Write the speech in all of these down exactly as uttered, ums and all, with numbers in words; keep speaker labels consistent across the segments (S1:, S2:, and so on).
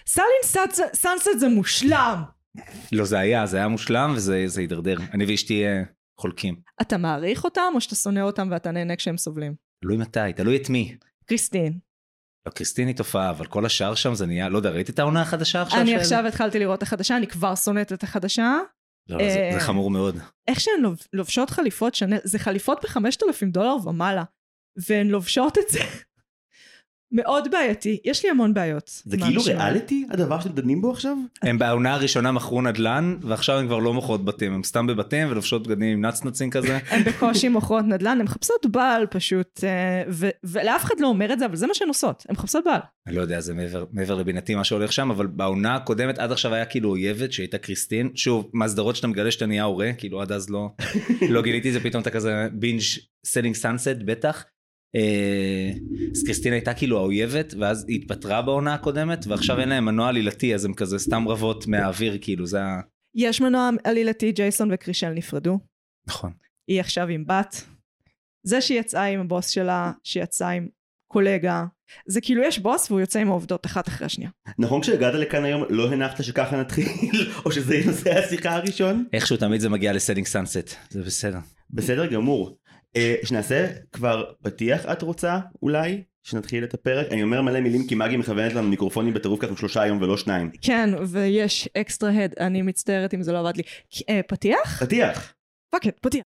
S1: סלין סאנסט זה מושלם.
S2: לא, זה היה, זה היה מושלם וזה זה יידרדר. אני ואשתי חולקים.
S1: אתה מעריך אותם או שאתה שונא אותם ואתה נהנה כשהם סובלים?
S2: תלוי מתי, תלוי את מי.
S1: קריסטין.
S2: לא, קריסטין היא תופעה, אבל כל השאר שם זה נהיה, לא יודע, ראית את העונה החדשה עכשיו?
S1: אני עכשיו התחלתי לראות החדשה, אני כבר שונאת את החדשה.
S2: לא, זה חמור מאוד.
S1: איך שהן לובשות חליפות, זה חליפות ב-חמשת אלפים דולר ומעלה, והן לובשות את זה מאוד בעייתי. יש לי המון בעיות.
S3: זה כאילו ריאליטי, הדבר שאתם דנים בו עכשיו?
S2: הם בעונה הראשונה מכרו נדל"ן, ועכשיו הם כבר לא מוכרות בתים, הם סתם בבתים ולובשות בגדים עם נצנצים כזה.
S1: הם בקושי מוכרות נדל"ן, הם מחפשות בעל פשוט, ולאף אחד לא אומר את זה, אבל זה מה שהן עושות, הם מחפשות בעל.
S2: אני לא יודע, זה מעבר לבינתי מה שהולך שם, אבל בעונה הקודמת עד עכשיו היה כאילו אויבת שהייתה קריסטין, שוב, מהסדרות שאתה מגלה שאתה נהיה הורה, כאילו עד אז לא, לא גיליתי זה, פתאום אתה כזה בינג' סלינג סאנסט בטח. אז קריסטין הייתה כאילו האויבת, ואז היא התפטרה בעונה הקודמת, ועכשיו אין להם מנוע עלילתי, אז הם כזה סתם רבות מהאוויר, כאילו זה ה...
S1: יש מנוע עלילתי, ג'ייסון וקרישל נפרדו.
S2: נכון.
S1: היא עכשיו עם בת. זה שהיא יצאה עם הבוס שלה, שיצאה עם קולגה, זה כאילו יש בוס והוא יוצא עם העובדות אחת אחרי השנייה.
S3: נכון, כשהגעת לכאן היום לא הנחת שככה נתחיל, או שזה נושא השיחה הראשון?
S2: איכשהו תמיד זה מגיע לסלינג סאנסט, זה בסדר.
S3: בסדר גמור. שנעשה כבר פתיח, את רוצה אולי? שנתחיל את הפרק? אני אומר מלא מילים כי מגי מכוונת לנו מיקרופונים בטירוף ככה שלושה היום ולא שניים.
S1: כן, ויש אקסטרה הד, אני מצטערת אם זה לא עבד לי. פתיח?
S3: פתיח.
S1: פאקט, פתיח.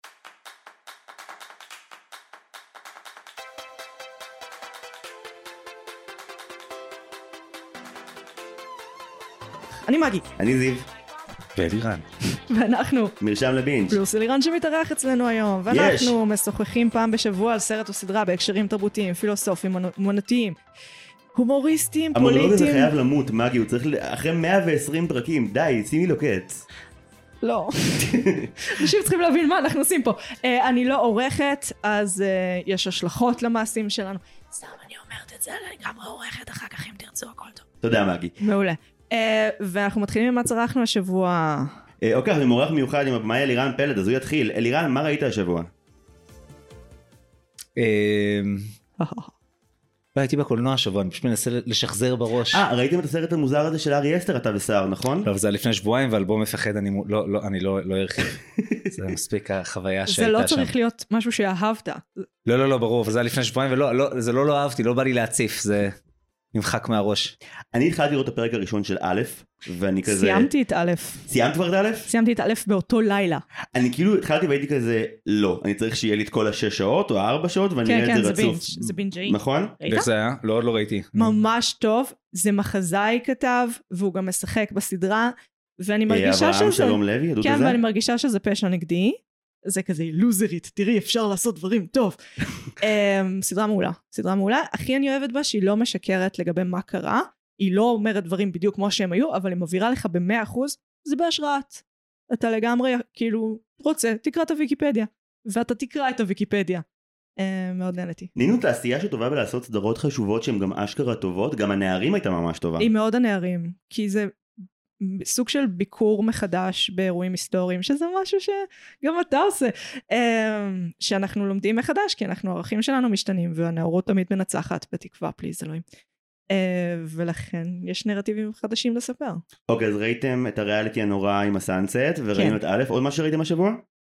S1: אני מגי.
S3: אני זיו.
S2: ואלירן.
S1: ואנחנו
S3: מרשם לבינג'
S1: פלוס אלירן שמתארח אצלנו היום, ואנחנו משוחחים פעם בשבוע על סרט או סדרה בהקשרים תרבותיים, פילוסופיים, אומנותיים, הומוריסטיים, פוליטיים.
S3: המונולוג הזה חייב למות, מגי, הוא צריך אחרי מאה ועשרים פרקים, די, שימי לו קץ.
S1: לא. אנשים צריכים להבין מה אנחנו עושים פה. אני לא עורכת, אז יש השלכות למעשים שלנו. סתם אני אומרת את זה, אני גם עורכת, אחר כך אם תרצו הכל טוב.
S3: תודה מגי.
S1: מעולה. ואנחנו מתחילים עם מה צרכנו השבוע.
S3: אוקיי, אני מורח מיוחד עם הבמאי אלירן פלד, אז הוא יתחיל. אלירן, מה ראית השבוע?
S2: הייתי בקולנוע השבוע, אני פשוט מנסה לשחזר בראש.
S3: אה, ראיתם את הסרט המוזר הזה של ארי אסטר, אתה ושר, נכון?
S2: לא, זה היה לפני שבועיים, ואלבום מפחד, אני לא ארחיב. זה מספיק החוויה שהייתה שם.
S1: זה לא צריך להיות משהו שאהבת.
S2: לא, לא, לא, ברור, אבל זה היה לפני שבועיים, וזה לא לא אהבתי, לא בא לי להציף, זה... נמחק מהראש.
S3: אני התחלתי לראות את הפרק הראשון של א', ואני כזה...
S1: סיימתי את א'.
S3: סיימת כבר את א'?
S1: סיימתי את א' באותו לילה.
S3: אני כאילו התחלתי והייתי כזה, לא, אני צריך שיהיה לי את כל השש שעות או הארבע שעות, ואני אראה את זה רצוף.
S1: כן, כן, זה בינג'אי.
S3: נכון?
S2: איך זה היה? לא, עוד לא ראיתי.
S1: ממש טוב, זה מחזאי כתב, והוא גם משחק בסדרה, ואני מרגישה שזה...
S3: אברהם שלום לוי, עדות
S1: כן,
S3: לזה?
S1: ואני מרגישה שזה פשע נגדי. זה כזה לוזרית, תראי, אפשר לעשות דברים טוב. סדרה מעולה, סדרה מעולה. הכי אני אוהבת בה שהיא לא משקרת לגבי מה קרה, היא לא אומרת דברים בדיוק כמו שהם היו, אבל היא מבהירה לך במאה אחוז, זה בהשראת. אתה לגמרי, כאילו, רוצה, תקרא את הוויקיפדיה, ואתה תקרא את הוויקיפדיה. מאוד נהנתי.
S3: נינו תעשייה שטובה בלעשות סדרות חשובות שהן גם אשכרה טובות, גם הנערים הייתה ממש טובה.
S1: היא מאוד הנערים, כי זה... סוג של ביקור מחדש באירועים היסטוריים, שזה משהו שגם אתה עושה, שאנחנו לומדים מחדש, כי אנחנו, הערכים שלנו משתנים, והנאורות תמיד מנצחת, בתקווה, פליז אלוהים. ולכן יש נרטיבים חדשים לספר.
S3: אוקיי, אז ראיתם את הריאליטי הנורא עם הסאנסט, וראינו את א', עוד מה שראיתם השבוע?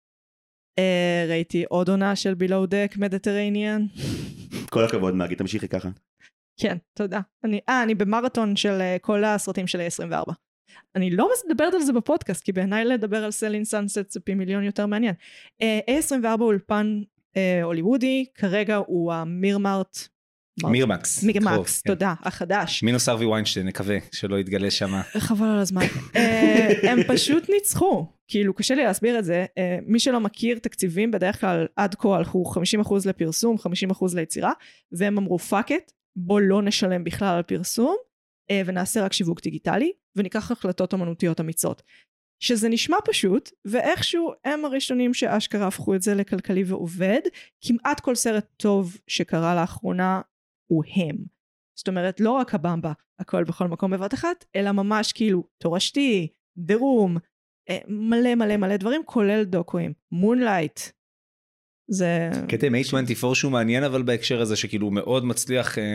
S1: ראיתי עוד עונה של Below Deck Mediterranean.
S3: כל הכבוד, מגי, תמשיכי ככה.
S1: כן, תודה. אה, אני במרתון של כל הסרטים של עשרים וארבע. אני לא מדברת על זה בפודקאסט, כי בעיניי לדבר על סלין סאנסט זה פי מיליון יותר מעניין. עשרים וארבע אולפן הוליוודי, כרגע הוא המירמרט.
S2: מירמקס.
S1: מירמקס, תודה, החדש.
S2: מינוס ארווי ויינשטיין, נקווה שלא יתגלה שמה.
S1: חבל על הזמן. הם פשוט ניצחו, כאילו קשה לי להסביר את זה, מי שלא מכיר תקציבים, בדרך כלל עד כה הלכו חמישים אחוז לפרסום, חמישים אחוז ליצירה, והם אמרו פאקט, בוא לא נשלם בכלל על פרסום, ונעשה רק שיווק דיגיטלי, וניקח החלטות אמנותיות אמיצות. שזה נשמע פשוט, ואיכשהו הם הראשונים שאשכרה הפכו את זה לכלכלי ועובד, כמעט כל סרט טוב שקרה לאחרונה הוא הם. זאת אומרת, לא רק הבמבה, הכל בכל מקום בבת אחת, אלא ממש כאילו תורשתי, דרום, מלא מלא מלא דברים, כולל דוקואים. מונלייט. זה...
S2: קטע עם איי עשרים וארבע שהוא מעניין, אבל בהקשר הזה שכאילו מאוד מצליח...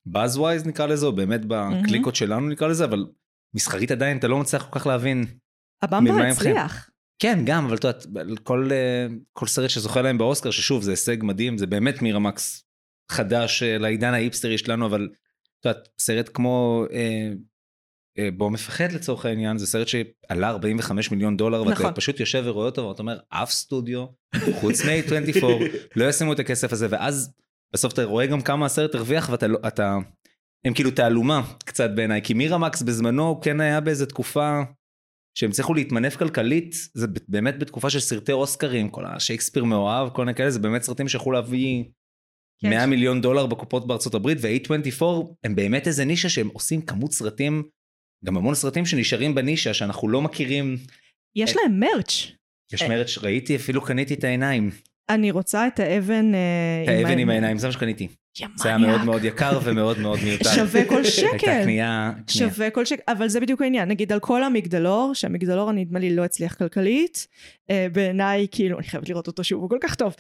S2: באז-ווייז נקרא לזה, או באמת בקליקות שלנו נקרא לזה, אבל מסחרית עדיין אתה לא מצליח כל כך להבין.
S1: הבמבה הצליח.
S2: כן, גם, אבל אתה יודעת, כל, כל סרט שזוכה להם באוסקר, ששוב, זה הישג מדהים, זה באמת מירמקס חדש לעידן האיפסטרי שלנו, אבל אתה יודעת, סרט כמו אה, אה, בוא מפחד לצורך העניין, זה סרט שעלה ארבעים וחמישה מיליון דולר, נכון. ואתה פשוט יושב ורואה אותו, ואתה אומר, אף סטודיו, חוץ מ-איי עשרים וארבע, לא ישימו את הכסף הזה, ואז בסוף אתה רואה גם כמה הסרט הרוויח, ואתה לא, אתה, הם כאילו תעלומה קצת בעיניי, כי מירמקס בזמנו כן היה באיזו תקופה, שהם צריכו להתמנף כלכלית, זה באמת בתקופה של סרטי אוסקרים, כל השייקספיר מאוהב, כל מיני כאלה, זה באמת סרטים שיכולו להביא כן. מאה מיליון דולר בקופות בארצות הברית, ו-איי עשרים וארבע הם באמת איזה נישה שהם עושים כמות סרטים, גם המון סרטים שנשארים בנישה, שאנחנו לא מכירים.
S1: יש את... להם מרץ'.
S2: יש מרץ', ראיתי, אפילו קניתי את העיניים.
S1: אני רוצה את האבן...
S2: את האבן עם העיניים, זה מה שקניתי. זה היה מאוד מאוד יקר ומאוד מאוד מיותר.
S1: שווה כל שקל.
S2: הייתה קנייה.
S1: שווה כל שקל, אבל זה בדיוק העניין. נגיד על כל המגדלור, שהמגדלור נדמה לי לא הצליח כלכלית, בעיניי כאילו, אני חייבת לראות אותו שוב, הוא כל כך טוב.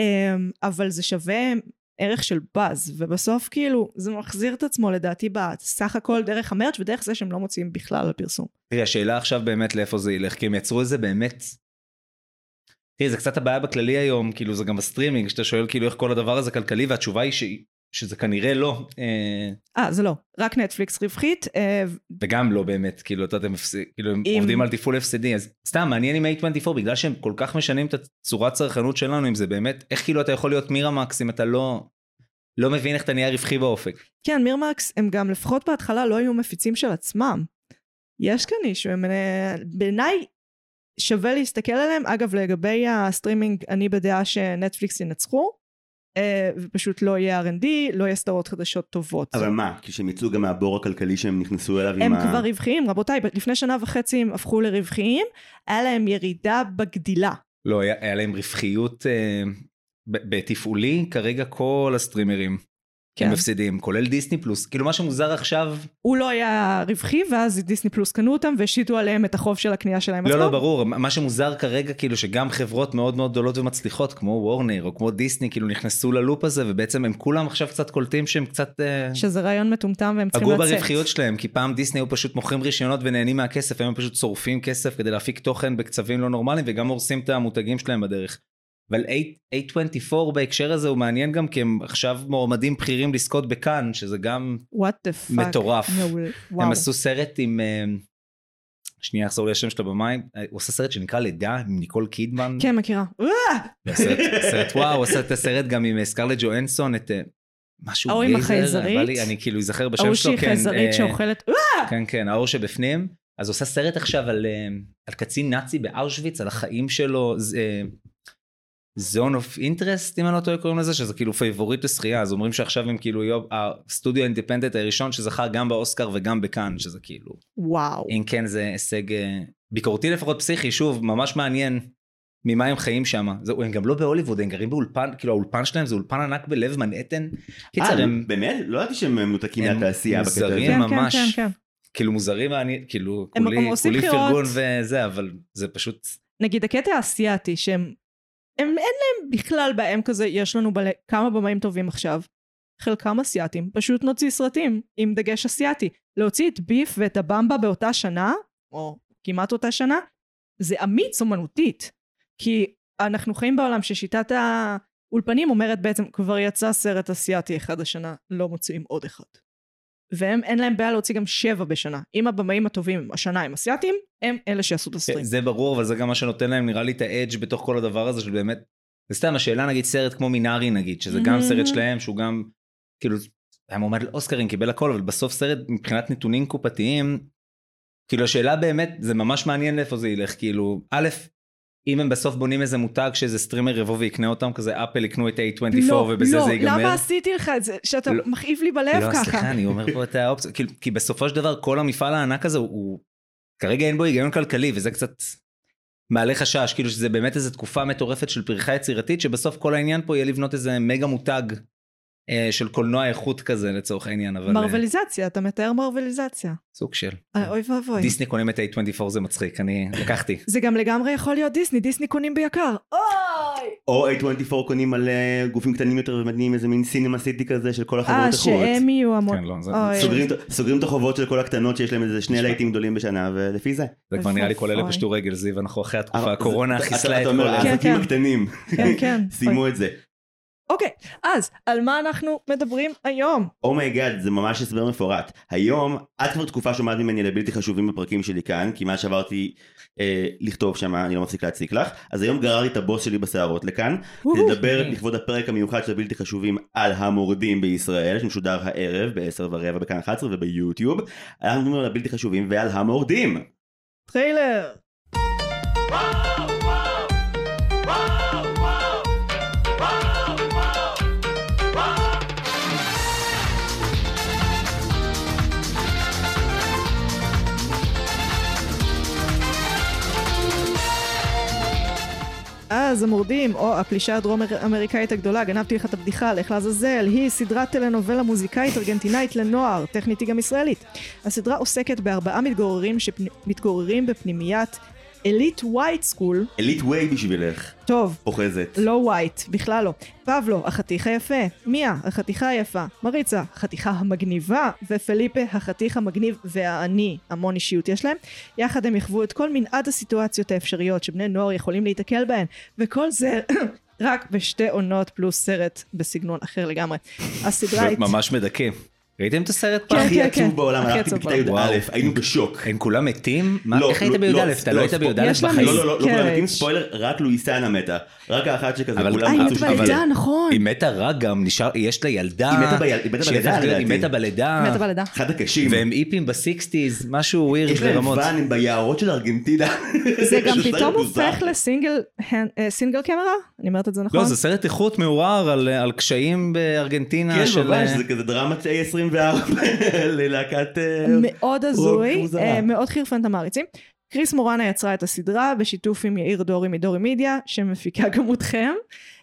S1: אבל זה שווה ערך של באז, ובסוף כאילו, זה מחזיר את עצמו לדעתי בסך הכל דרך המרץ' ודרך זה שהם לא מוצאים בכלל על פרסום.
S2: תראי, השאלה עכשיו באמת לאיפה זה ילך, כי הם יצרו את זה באמת... תראי, זה קצת הבעיה בכללי היום, כאילו זה גם בסטרימינג, שאתה שואל כאילו איך כל הדבר הזה כלכלי, והתשובה היא ש... שזה כנראה לא.
S1: אה, זה לא. רק נטפליקס רווחית.
S2: וגם לא באמת, כאילו, אתה יודעים, כאילו, הם עובדים על טיפול אפ סי די, אז סתם, מעניין עם איי עשרים וארבע, בגלל שהם כל כך משנים את הצורת צרכנות שלנו, אם זה באמת, איך כאילו אתה יכול להיות מירמקס, אם אתה לא, לא מבין איך אתה נהיה רווחי באופק.
S1: כן, מירמקס, הם גם לפחות בהתחלה לא היו מפיצים של עצמם. יש כאן אישו, הם בעיניי, שווה להסתכל עליהם. אגב, לגבי הסטרימינג, אני בדעה שנטפליקס ינצחו, ופשוט לא יהיה אר אנד די, לא יהיה סדרות חדשות טובות.
S3: אבל מה? כשהם יצאו גם מהבור הכלכלי שהם נכנסו אליו עם
S1: הם
S3: ה...
S1: כבר רווחיים, רבותיי, לפני שנה וחצי הם הפכו לרווחיים, היה להם ירידה בגדילה.
S2: לא, היה, היה להם רווחיות אה, בתפעולי, כרגע כל הסטרימרים. כן. הם מפסידים, כולל דיסני פלוס. כאילו מה שמוזר עכשיו...
S1: הוא לא היה רווחי, ואז דיסני פלוס קנו אותם, והשיתו עליהם את החוב של הקנייה שלהם.
S2: לא, לא, ברור. מה שמוזר כרגע, כאילו שגם חברות מאוד מאוד גדולות ומצליחות, כמו וורנר או כמו דיסני, כאילו נכנסו ללופ הזה, ובעצם הם כולם עכשיו קצת קולטים שהם קצת...
S1: שזה רעיון מטומטם, והם צריכים לצאת.
S2: פגעו ברווחיות שלהם, כי פעם דיסני היו פשוט מוכרים רישיונות ונהנים מהכסף, הם פשוט שורפים כסף כדי להפיק תוכן בקצבים לא נורמליים, וגם הורסים את המותגים שלהם בדרך. אבל איי עשרים וארבע בהקשר הזה הוא מעניין גם, כי הם עכשיו מועמדים בכירים לזכות בכאן, שזה גם מטורף. הם עשו סרט עם, שנייה אחזור לי השם שלו במים, הוא עושה סרט שנקרא לידה עם ניקול קידמן.
S1: כן, מכירה.
S2: סרט וואו, הוא עשה את הסרט גם עם סקרלט ג'ואנסון, את משהו
S1: האור עם החייזרית.
S2: אני כאילו אזכר בשם
S1: האור
S2: שלו.
S1: שהיא חייזרית שאוכלת.
S2: כן, כן, האור שבפנים. אז הוא עושה סרט עכשיו על קצין נאצי באושוויץ, על החיים שלו, זון אוף אינטרסט, אם אני לא טועה קוראים לזה, שזה כאילו פייבוריט לשחייה, אז אומרים שעכשיו הם כאילו הסטודיו האינדיפנדנט הראשון שזכה גם באוסקר וגם בכאן, שזה כאילו,
S1: וואו.
S2: אם כן זה הישג ביקורתי לפחות פסיכי, שוב, ממש מעניין ממה הם חיים שם, הם גם לא בהוליווד, הם גרים באולפן, כאילו האולפן שלהם זה אולפן ענק בלב מנהטן, קיצר הם...
S3: באמת? לא ידעתי שהם מנותקים מהתעשייה.
S2: הם מוזרים ממש, כאילו מוזרים, כאילו כולי פרגון וזה, אבל זה פשוט...
S1: נגיד הקטע האסייתי שהם הם, אין להם בכלל בהם כזה, יש לנו בל... כמה במאים טובים עכשיו, חלקם אסייתים, פשוט נוציא סרטים עם דגש אסייתי. להוציא את ביף ואת הבמבה באותה שנה, או כמעט אותה שנה, זה אמיץ אומנותית, כי אנחנו חיים בעולם ששיטת האולפנים אומרת בעצם, כבר יצא סרט אסייתי אחד השנה, לא מוציאים עוד אחד. והם אין להם בעיה להוציא גם שבע בשנה. אם הבמאים הטובים השנה הם אסייתים, הם אלה שעשו את הסטרים.
S2: זה ברור, אבל זה גם מה שנותן להם נראה לי את האדג' בתוך כל הדבר הזה, של באמת, זה סתם השאלה נגיד סרט כמו מינארי נגיד, שזה גם סרט שלהם, שהוא גם, כאילו, היה מועמד לאוסקרים, קיבל הכל, אבל בסוף סרט מבחינת נתונים קופתיים, כאילו השאלה באמת, זה ממש מעניין לאיפה זה ילך, כאילו, א', אם הם בסוף בונים איזה מותג שאיזה סטרימר יבוא ויקנה אותם, כזה אפל יקנו את איי עשרים וארבע ובזה זה ייגמר.
S1: לא, למה עשיתי לך את זה? שאתה מכאיב לי בלב ככה.
S2: לא, סליחה, אני אומר פה את האופציה, כי בסופו של דבר כל המפעל הענק הזה הוא, כרגע אין בו היגיון כלכלי, וזה קצת מעלה חשש, כאילו שזה באמת איזו תקופה מטורפת של פריחה יצירתית, שבסוף כל העניין פה יהיה לבנות איזה מגה מותג של קולנוע איכות כזה לצורך העניין.
S1: מרוויליזציה, אתה מתאר מרוויליזציה.
S2: סוג של.
S1: אוי ואבוי.
S2: דיסני קונים את איי עשרים וארבע זה מצחיק, אני לקחתי.
S1: זה גם לגמרי יכול להיות דיסני, דיסני קונים ביקר. אוי!
S3: או איי עשרים וארבע קונים על גופים קטנים יותר ומדהים איזה מין סינמה סיטי כזה של כל החברות
S1: אה,
S3: החוץ.
S1: שהם יהיו המון.
S2: כן, לא, זה-
S1: אוי.
S3: סוגרים, סוגרים את החובות של כל הקטנות שיש להם איזה שני להיטים גדולים בשנה ולפי זה.
S2: זה כבר נראה לי כל אלה
S1: אוי.
S2: פשטו רגל, זיו, אנחנו אחרי התקופה,
S3: אבל
S2: הקורונה
S3: זה-
S2: חיסלה
S3: אתה-
S2: את
S3: אתה
S2: כל
S3: אומר,
S2: אלה.
S1: כן,
S3: העסקים
S1: כן.
S3: הקטנים,
S1: כן, כן.
S3: סיימו את זה.
S1: אוקיי, אז על מה אנחנו מדברים היום?
S3: אומייגאד, זה ממש הסבר מפורט. היום, את כבר תקופה שומעת ממני לבלתי חשובים בפרקים שלי כאן, כי מה שעברתי אה, לכתוב שם, אני לא מפסיק להציק לך, אז היום גררתי את הבוס שלי בשערות לכאן, לדבר לכבוד הפרק המיוחד של הבלתי חשובים על המורדים בישראל, שמשודר הערב ב-עשר ורבע בכאן אחת עשרה וביוטיוב, אנחנו מדברים על הבלתי חשובים ועל המורדים.
S1: טריילר. אז המורדים, או הפלישה הדרום אמריקאית הגדולה, גנבתי לך את הבדיחה, לך לעזאזל, היא סדרת טלנובלה מוזיקאית ארגנטינאית לנוער, טכנית היא גם ישראלית. הסדרה עוסקת בארבעה מתגוררים שמתגוררים בפנימיית אליט ווייט סקול.
S3: אליט ווי בשבילך,
S1: טוב,
S3: אוחזת.
S1: לא ווייט, בכלל לא. פבלו, החתיך היפה. מיה, החתיכה היפה. מריצה, החתיכה המגניבה. ופליפה, החתיך המגניב והעני. המון אישיות יש להם. יחד הם יחוו את כל מנעד הסיטואציות האפשריות שבני נוער יכולים להתקל בהן. וכל זה רק בשתי עונות פלוס סרט בסגנון אחר לגמרי. הסדרה היא...
S2: ממש מדכא. ראיתם את הסרט פעם?
S3: הכי
S1: כן,
S3: עצוב
S1: כן.
S3: בעולם,
S1: הכי
S3: הלכתי
S1: עצוב
S3: בכיתה
S1: בעולם.
S3: י"א, היינו בשוק.
S2: הם כולם מתים? מה-
S3: לא,
S2: איך היית
S3: לא,
S2: בי"א?
S3: לא,
S2: אתה לא
S3: לא,
S2: היית
S3: ספור-
S2: בי"א
S1: יש להם
S2: בחיים?
S3: לא, לא, לא, לא
S1: כן.
S3: כולם מתים, ספוילר, רק לואיסנה מתה. רק האחת שכזה,
S2: אבל-
S3: כולם
S1: אה, היא
S3: רצו
S1: מתה
S3: שתהיה.
S1: בלידה, נכון.
S2: היא מתה רק גם, נשאר, יש לה ילדה.
S3: היא מתה ב- היא מתה
S2: שהיא
S3: בלידה,
S2: הפכה להיות- היא
S3: לדעתי.
S2: מתה בלידה.
S1: מתה בלידה.
S3: אחד הקשים.
S2: והם איפים בסיקסטיז, משהו ווירד
S3: יש להם
S2: ברמות.
S3: פאן, הם ביערות של ארגנטינה.
S1: זה גם
S3: שזה
S1: פתאום
S3: מוזר.
S1: הופך לסינגל אה, סינגל קמרה? אני אומרת את זה נכון?
S2: לא, זה סרט איכות מעורר על, על קשיים בארגנטינה.
S3: כן,
S2: של...
S3: ממש, זה כזה דרמת איי עשרים וארבע ללהקת... אה,
S1: מאוד הזוי,
S3: מוזרה.
S1: אה, מאוד חירפן את המעריצים. קריס מורנה יצרה את הסדרה בשיתוף עם יאיר דורי מדורי מידיה, שמפיקה גם אתכם.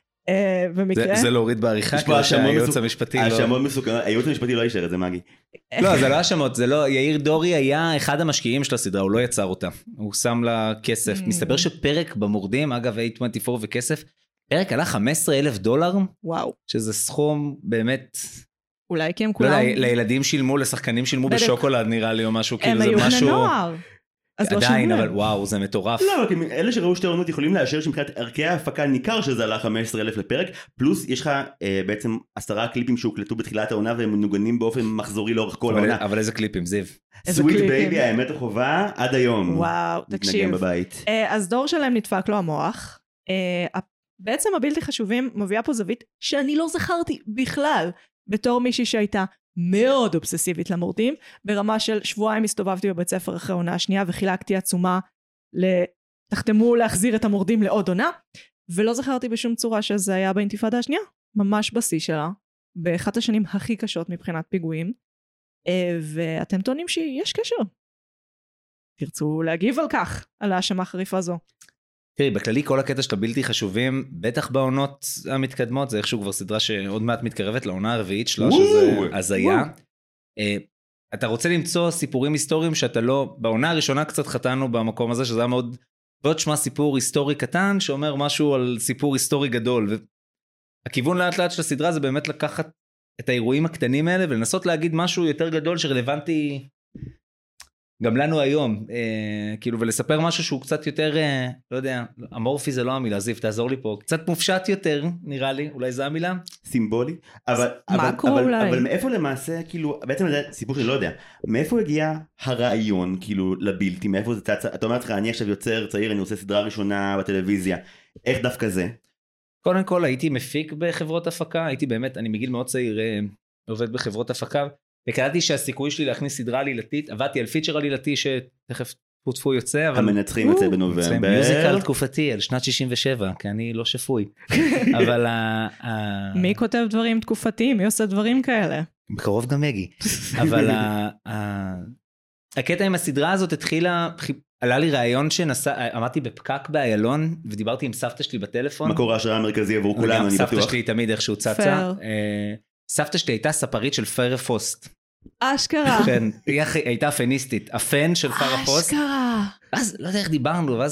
S1: אה, במקרה...
S2: זה, זה להוריד בעריכה,
S3: יש פה
S2: כאילו
S3: האשמות
S2: שהייעוץ
S3: מסוכ-
S2: המשפטי לא...
S3: האשמות מסוכנות, הייעוץ המשפטי לא אישר את זה, מגי.
S2: לא, זה לא האשמות, זה לא... יאיר דורי היה אחד המשקיעים של הסדרה, הוא לא יצר אותה. הוא שם לה כסף.
S1: Mm.
S2: מסתבר שפרק במורדים, אגב, איי עשרים וארבע וכסף, פרק עלה חמישה עשר אלף דולר,
S1: וואו.
S2: שזה סכום באמת...
S1: אולי כי הם
S2: לא
S1: כולם...
S2: יודע, לילדים שילמו, לשחקנים שילמו
S1: בדיוק.
S2: בשוקולד נראה לי, או משהו,
S1: הם
S2: כאילו זה
S1: היו בני
S2: משהו...
S1: נוער. אז לא
S2: עדיין,
S1: שילמו
S2: אבל
S1: להם.
S2: וואו, זה מטורף.
S3: לא, כי אלה שראו שתי עונות יכולים לאשר שמבחינת ערכי ההפקה ניכר שזה עלה חמישה עשר אלף לפרק, פלוס יש לך אה, בעצם עשרה קליפים שהוקלטו בתחילת העונה והם מנוגנים באופן מחזורי לאורך כל
S2: אבל-
S3: העונה.
S2: אבל איזה קליפים, זיו.
S1: איזה
S3: סוויט
S1: קליפים.
S3: בייבי, האמת החובה, עד היום.
S1: וואו,
S3: מתנגן
S1: תקשיב.
S3: בבית.
S1: אה, אז דור שלהם נדפק לו המוח. אה, בעצם הבלתי חשובים מביאה פה זווית שאני לא זכרתי בכלל, בתור מישהי שהייתה מאוד אובססיבית למורדים, ברמה של שבועיים הסתובבתי בבית ספר אחרי העונה השנייה וחילקתי עצומה לתחתמו להחזיר את המורדים לעוד עונה, ולא זכרתי בשום צורה שזה היה באינתיפאדה השנייה, ממש בשיא שלה, באחת השנים הכי קשות מבחינת פיגועים, אה, ואתם טוענים שיש קשר. תרצו להגיב על כך, על האשמה חריפה זו.
S2: תראי, בכללי כל הקטע של הבלתי חשובים, בטח בעונות המתקדמות, זה איכשהו כבר סדרה שעוד מעט מתקרבת לעונה הרביעית שלה,
S3: וואו.
S2: שזה הזיה. אה, אתה רוצה למצוא סיפורים היסטוריים שאתה לא, בעונה הראשונה קצת חטאנו במקום הזה, שזה היה מאוד, ועוד שמה סיפור היסטורי קטן, שאומר משהו על סיפור היסטורי גדול, והכיוון לאט לאט של הסדרה זה באמת לקחת את האירועים הקטנים האלה, ולנסות להגיד משהו יותר גדול שרלוונטי גם לנו היום, אה, כאילו, ולספר משהו שהוא קצת יותר, אה, לא יודע, אמורפי זה לא המילה, זיו, תעזור לי פה, קצת מופשט יותר, נראה לי, אולי זו המילה?
S3: סימבולי, אבל, אבל,
S1: מקרו
S3: אבל,
S1: אולי.
S3: אבל מאיפה למעשה, כאילו, בעצם זה סיפור שאני לא יודע, מאיפה הגיע הרעיון, כאילו, לבלתי, מאיפה זה צץ, אתה אומר לך, אני עכשיו יוצר צעיר, אני עושה סדרה ראשונה בטלוויזיה, איך דווקא זה?
S2: קודם כל, הייתי מפיק בחברות הפקה, הייתי באמת, אני מגיל מאוד צעיר, אה, עובד בחברות הפקה, וקראתי שהסיכוי שלי להכניס סדרה עלילתית, עבדתי על פיצ'ר עלילתי שתכף פוטפו יוצא, אבל...
S3: המנצחים יוצא בנובמבר.
S2: מיוזיקל תקופתי על שנת שישים ושבע, כי אני לא שפוי. אבל ה... ה-
S1: מי כותב דברים תקופתיים? מי עושה דברים כאלה?
S2: בקרוב גם מגי. אבל ה- ה- הקטע עם הסדרה הזאת התחילה, עלה לי רעיון שנסע, עמדתי בפקק באיילון, ודיברתי עם סבתא שלי בטלפון.
S3: מקור ההשראה המרכזי עבור
S2: וגם
S3: כולנו, אני
S2: סבתא
S3: בטוח.
S2: שלי תמיד איכשהו צצה. אה, סבתא שלי הייתה ספרית של פארה פוסט.
S1: אשכרה.
S2: כן, היא הכי- הייתה פניסטית, הפן של פארה פוסט.
S1: אשכרה.
S2: אז לא יודע איך דיברנו, ואז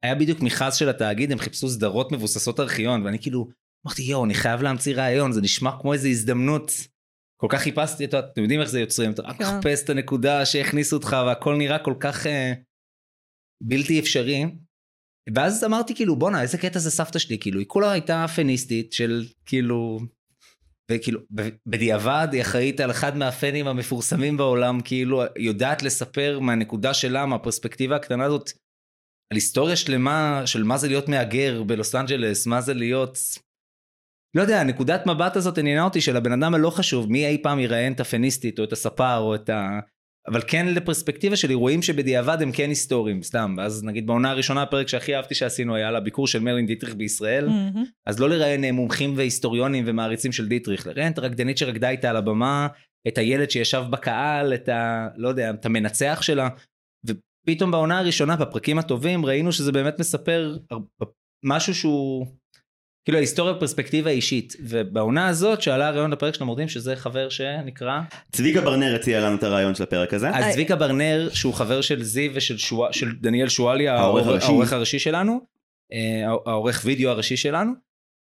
S2: היה בדיוק מכרז של התאגיד, הם חיפשו סדרות מבוססות ארכיון, ואני כאילו, אמרתי, יו, אני חייב להמציא רעיון, זה נשמע כמו איזו הזדמנות, כל כך חיפשתי אותו, אתם יודעים איך זה יוצרים, אתה רק מחפש את הנקודה שהכניסו אותך, והכל נראה כל כך אה, בלתי אפשרי, ואז אמרתי כאילו, בונה, איזה קטע זה סבתא שלי, כאילו, היא כולה הייתה פניסטית של, כאילו, וכאילו, בדיעבד היא אחראית על אחד מהפנים המפורסמים בעולם, כאילו, יודעת לספר מהנקודה שלה, מהפרספקטיבה הקטנה הזאת, על היסטוריה שלמה, של מה זה להיות מהגר בלוס אנג'לס, מה זה להיות, לא יודע, נקודת מבט הזאת עניינה אותי של הבן אדם הלא חשוב, מי אי פעם יראיין את הפניסטית, או את הספר, או את ה... אבל כן לפרספקטיבה שלי, רואים שבדיעבד הם כן היסטוריים, סתם, ואז נגיד בעונה הראשונה, הפרק שהכי אהבתי שעשינו, היה לביקור של מרלין דיטריך בישראל, mm-hmm. אז לא לראיין מומחים והיסטוריונים ומעריצים של דיטריך, לראיין את הרקדנית שרקדה איתה על הבמה, את הילד שישב בקהל, את ה... לא יודע, את המנצח שלה, ופתאום בעונה הראשונה, בפרקים הטובים, ראינו שזה באמת מספר משהו שהוא... כאילו ההיסטוריה בפרספקטיבה אישית, ובעונה הזאת שעלה הרעיון לפרק של המורדים, שזה חבר שנקרא...
S3: צביקה ברנר הציע לנו את הרעיון של הפרק הזה.
S2: אז צביקה ברנר, שהוא חבר של זיו ושל שוע, של דניאל שואלי, העורך הראשי. העורך הראשי שלנו, העורך וידאו הראשי שלנו,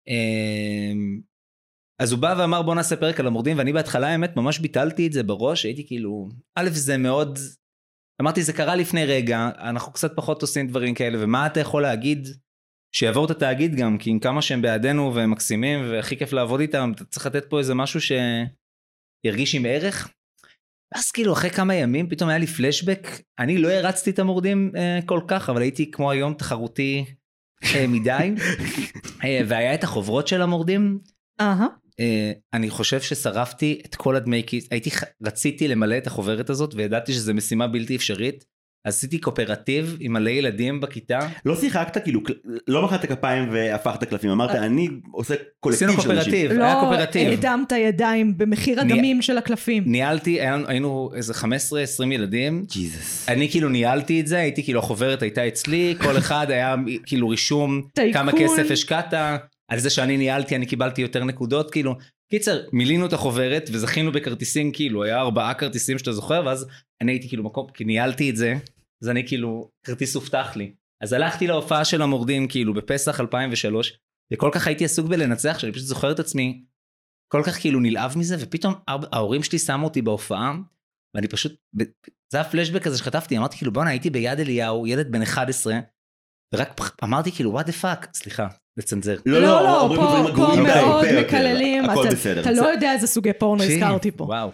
S2: אז הוא בא ואמר בוא נעשה פרק על המורדים, ואני בהתחלה האמת ממש ביטלתי את זה בראש, הייתי כאילו, א' זה מאוד, אמרתי זה קרה לפני רגע, אנחנו קצת פחות עושים דברים כאלה, ומה אתה יכול להגיד... שיעבור את התאגיד גם, כי עם כמה שהם בעדינו והם מקסימים, והכי כיף לעבוד איתם, אתה צריך לתת פה איזה משהו שירגיש עם ערך. אז כאילו אחרי כמה ימים פתאום היה לי פלשבק, אני לא הרצתי את המורדים אה, כל כך, אבל הייתי כמו היום תחרותי אה, מדי, אה, והיה את החוברות של המורדים,
S1: אהה.
S2: אה, אני חושב ששרפתי את כל הדמי כיס, הייתי, רציתי למלא את החוברת הזאת, וידעתי שזו משימה בלתי אפשרית, עשיתי קואפרטיב עם מלא ילדים בכיתה.
S3: לא שיחקת, כאילו, לא מחאת כפיים והפכת קלפים, אמרת, אני עושה קולקטיב של אנשים.
S2: היה קואפרטיב.
S1: לא הרדמת ידיים במחיר הדמים של הקלפים.
S2: ניהלתי, היינו איזה חמש עשרה עשרים ילדים.
S3: ג'יזוס.
S2: אני כאילו ניהלתי את זה, הייתי כאילו, החוברת הייתה אצלי, כל אחד היה כאילו רישום, כמה כסף השקעת, על זה שאני ניהלתי, אני קיבלתי יותר נקודות, כאילו, קיצר, מילינו את החוברת וזכינו בכרטיסים, כאילו, היה ארבעה כרטיסים שאתה זוכר, ואז אני הייתי כאילו מקום, כי ניהלתי את זה, אז אני כאילו, כרטיס הובטח לי. אז הלכתי להופעה של המורדים, כאילו, בפסח אלפיים ושלוש, וכל כך הייתי עסוק בלנצח, שאני פשוט זוכר את עצמי, כל כך כאילו נלהב מזה, ופתאום ההורים שלי שמו אותי בהופעה, ואני פשוט, זה הפלשבק הזה שכתבתי, אמרתי כאילו, בוא'נה, הייתי ביד אליהו, ילד בן אחד עשרה, ורק אמרתי כאילו, what the fuck, סליחה, לצנזר.
S1: לא, לא, לא, פה מאוד מקללים, אתה לא יודע איזה סוגי פורנו הזכרתי פה.
S2: וואו.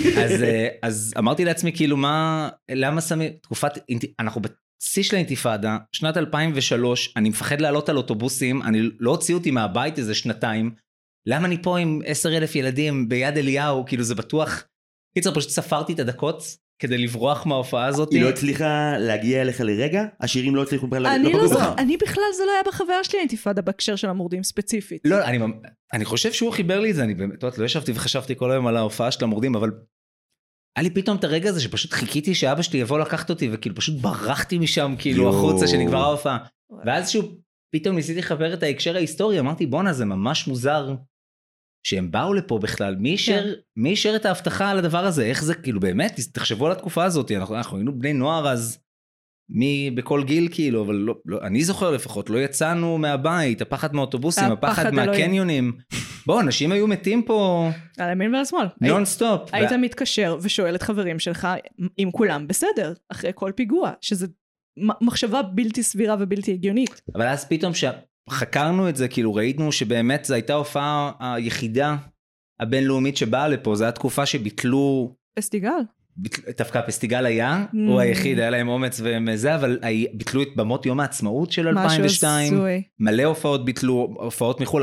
S2: אז אמרתי לעצמי כאילו, מה, למה שמים, תקופת, אנחנו בשיא של האינתיפאדה, שנת אלפיים ושלוש, אני מפחד לעלות על אוטובוסים, אני לא הוציא אותי מהבית איזה שנתיים, למה אני פה עם עשר אלף ילדים ביד אליהו, כאילו זה בטוח, קיצר פשוט ספרתי את הדקות, כדי לברוח מההופעה הזאת.
S3: היא לא הצליחה להגיע אליך לרגע? השירים לא הצליחו בכלל?
S1: אני לא זוכר, אני בכלל זה לא היה בחוויה שלי האינתיפאדה בהקשר של המורדים ספציפית.
S2: לא, אני חושב שהוא חיבר לי את זה, אני באמת, לא ישבתי וחשבתי כל היום על ההופעה של המורדים, אבל היה לי פתאום את הרגע הזה שפשוט חיכיתי שאבא שלי יבוא לקחת אותי, וכאילו פשוט ברחתי משם כאילו החוצה שנגמרה ההופעה. ואז שהוא פתאום ניסיתי לחבר את ההקשר ההיסטורי, אמרתי בונה זה ממש מוזר. שהם באו לפה בכלל, מי אישר, מי אישר את ההבטחה על הדבר הזה, איך זה, כאילו באמת, תחשבו על התקופה הזאת, אנחנו, אנחנו היינו בני נוער אז, מי בכל גיל כאילו, אבל לא, לא, אני זוכר לפחות, לא יצאנו מהבית, הפחד מהאוטובוסים, הפחד מהקניונים, בוא, אנשים היו מתים פה,
S1: על ימין ועל שמאל,
S2: נון סטופ.
S1: היית מתקשר ושואל את חברים שלך, אם כולם בסדר, אחרי כל פיגוע, שזה מחשבה בלתי סבירה ובלתי הגיונית.
S2: אבל אז פתאום ש... חקרנו את זה, כאילו ראינו שבאמת זו הייתה הופעה היחידה הבינלאומית שבאה לפה, זו הייתה תקופה שביטלו...
S1: פסטיגל.
S2: ביטל, דווקא פסטיגל היה, mm. הוא היחיד, היה להם אומץ וזה, אבל ביטלו את במות יום העצמאות של אלפיים ושתיים, מלא הופעות ביטלו, הופעות מחול,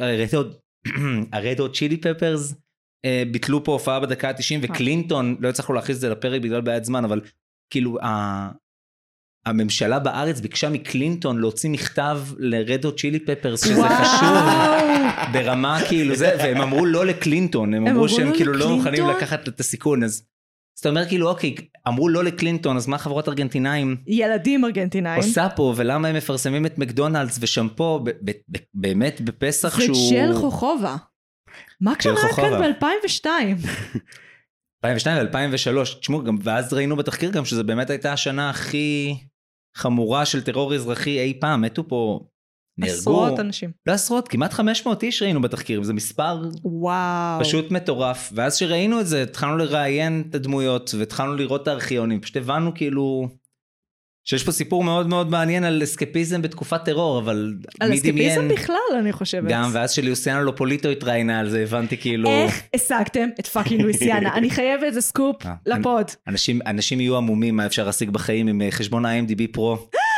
S2: הרדו צ'ילי פפרס, ביטלו פה הופעה בדקה ה-תשעים, וקלינטון, לא הצלחנו להכניס את זה לפרק בגלל בעיית זמן, אבל כאילו... הממשלה בארץ ביקשה מקלינטון להוציא מכתב לרדו צ'ילי פפרס, שזה חשוב ברמה כאילו זה, והם אמרו לא לקלינטון, הם אמרו שהם כאילו לא מוכנים לקחת את הסיכון, אז זאת אומרת כאילו אוקיי, אמרו לא לקלינטון, אז מה חברות ארגנטינאים?
S1: ילדים ארגנטינאים.
S2: עושה פה, ולמה הם מפרסמים את מקדונלדס ושמפו, באמת בפסח שהוא...
S1: זה ג'ל חוכובה. מה קרה כאן ב-אלפיים ושתיים?
S2: אלפיים ושתיים ו-אלפיים ושלוש, תשמעו, ואז ראינו בתחקיר גם שזה באמת הייתה השנה הכי, חמורה של טרור אזרחי אי פעם, מתו פה, נהרגו.
S1: עשרות אנשים.
S2: לא עשרות, כמעט חמש מאות איש ראינו בתחקיר, וזה מספר
S1: וואו.
S2: פשוט מטורף, ואז שראינו את זה, התחלנו לראיין את הדמויות, והתחלנו לראות את הארכיונים, פשוט הבנו כאילו, שיש פה סיפור מאוד מאוד מעניין על אסקפיזם בתקופת טרור, אבל
S1: על
S2: מי דמיין...
S1: אסקפיזם בכלל, אני חושבת.
S2: גם, ואז שליוסיאנה לופוליטו התראיינה על זה, הבנתי כאילו...
S1: איך השגתם את פאקינג לואיסיאנה? אני חייבת איזה סקופ לפוד.
S2: אנשים, אנשים יהיו עמומים מה אפשר להשיג בחיים עם חשבון ה-איי אם די בי פרו.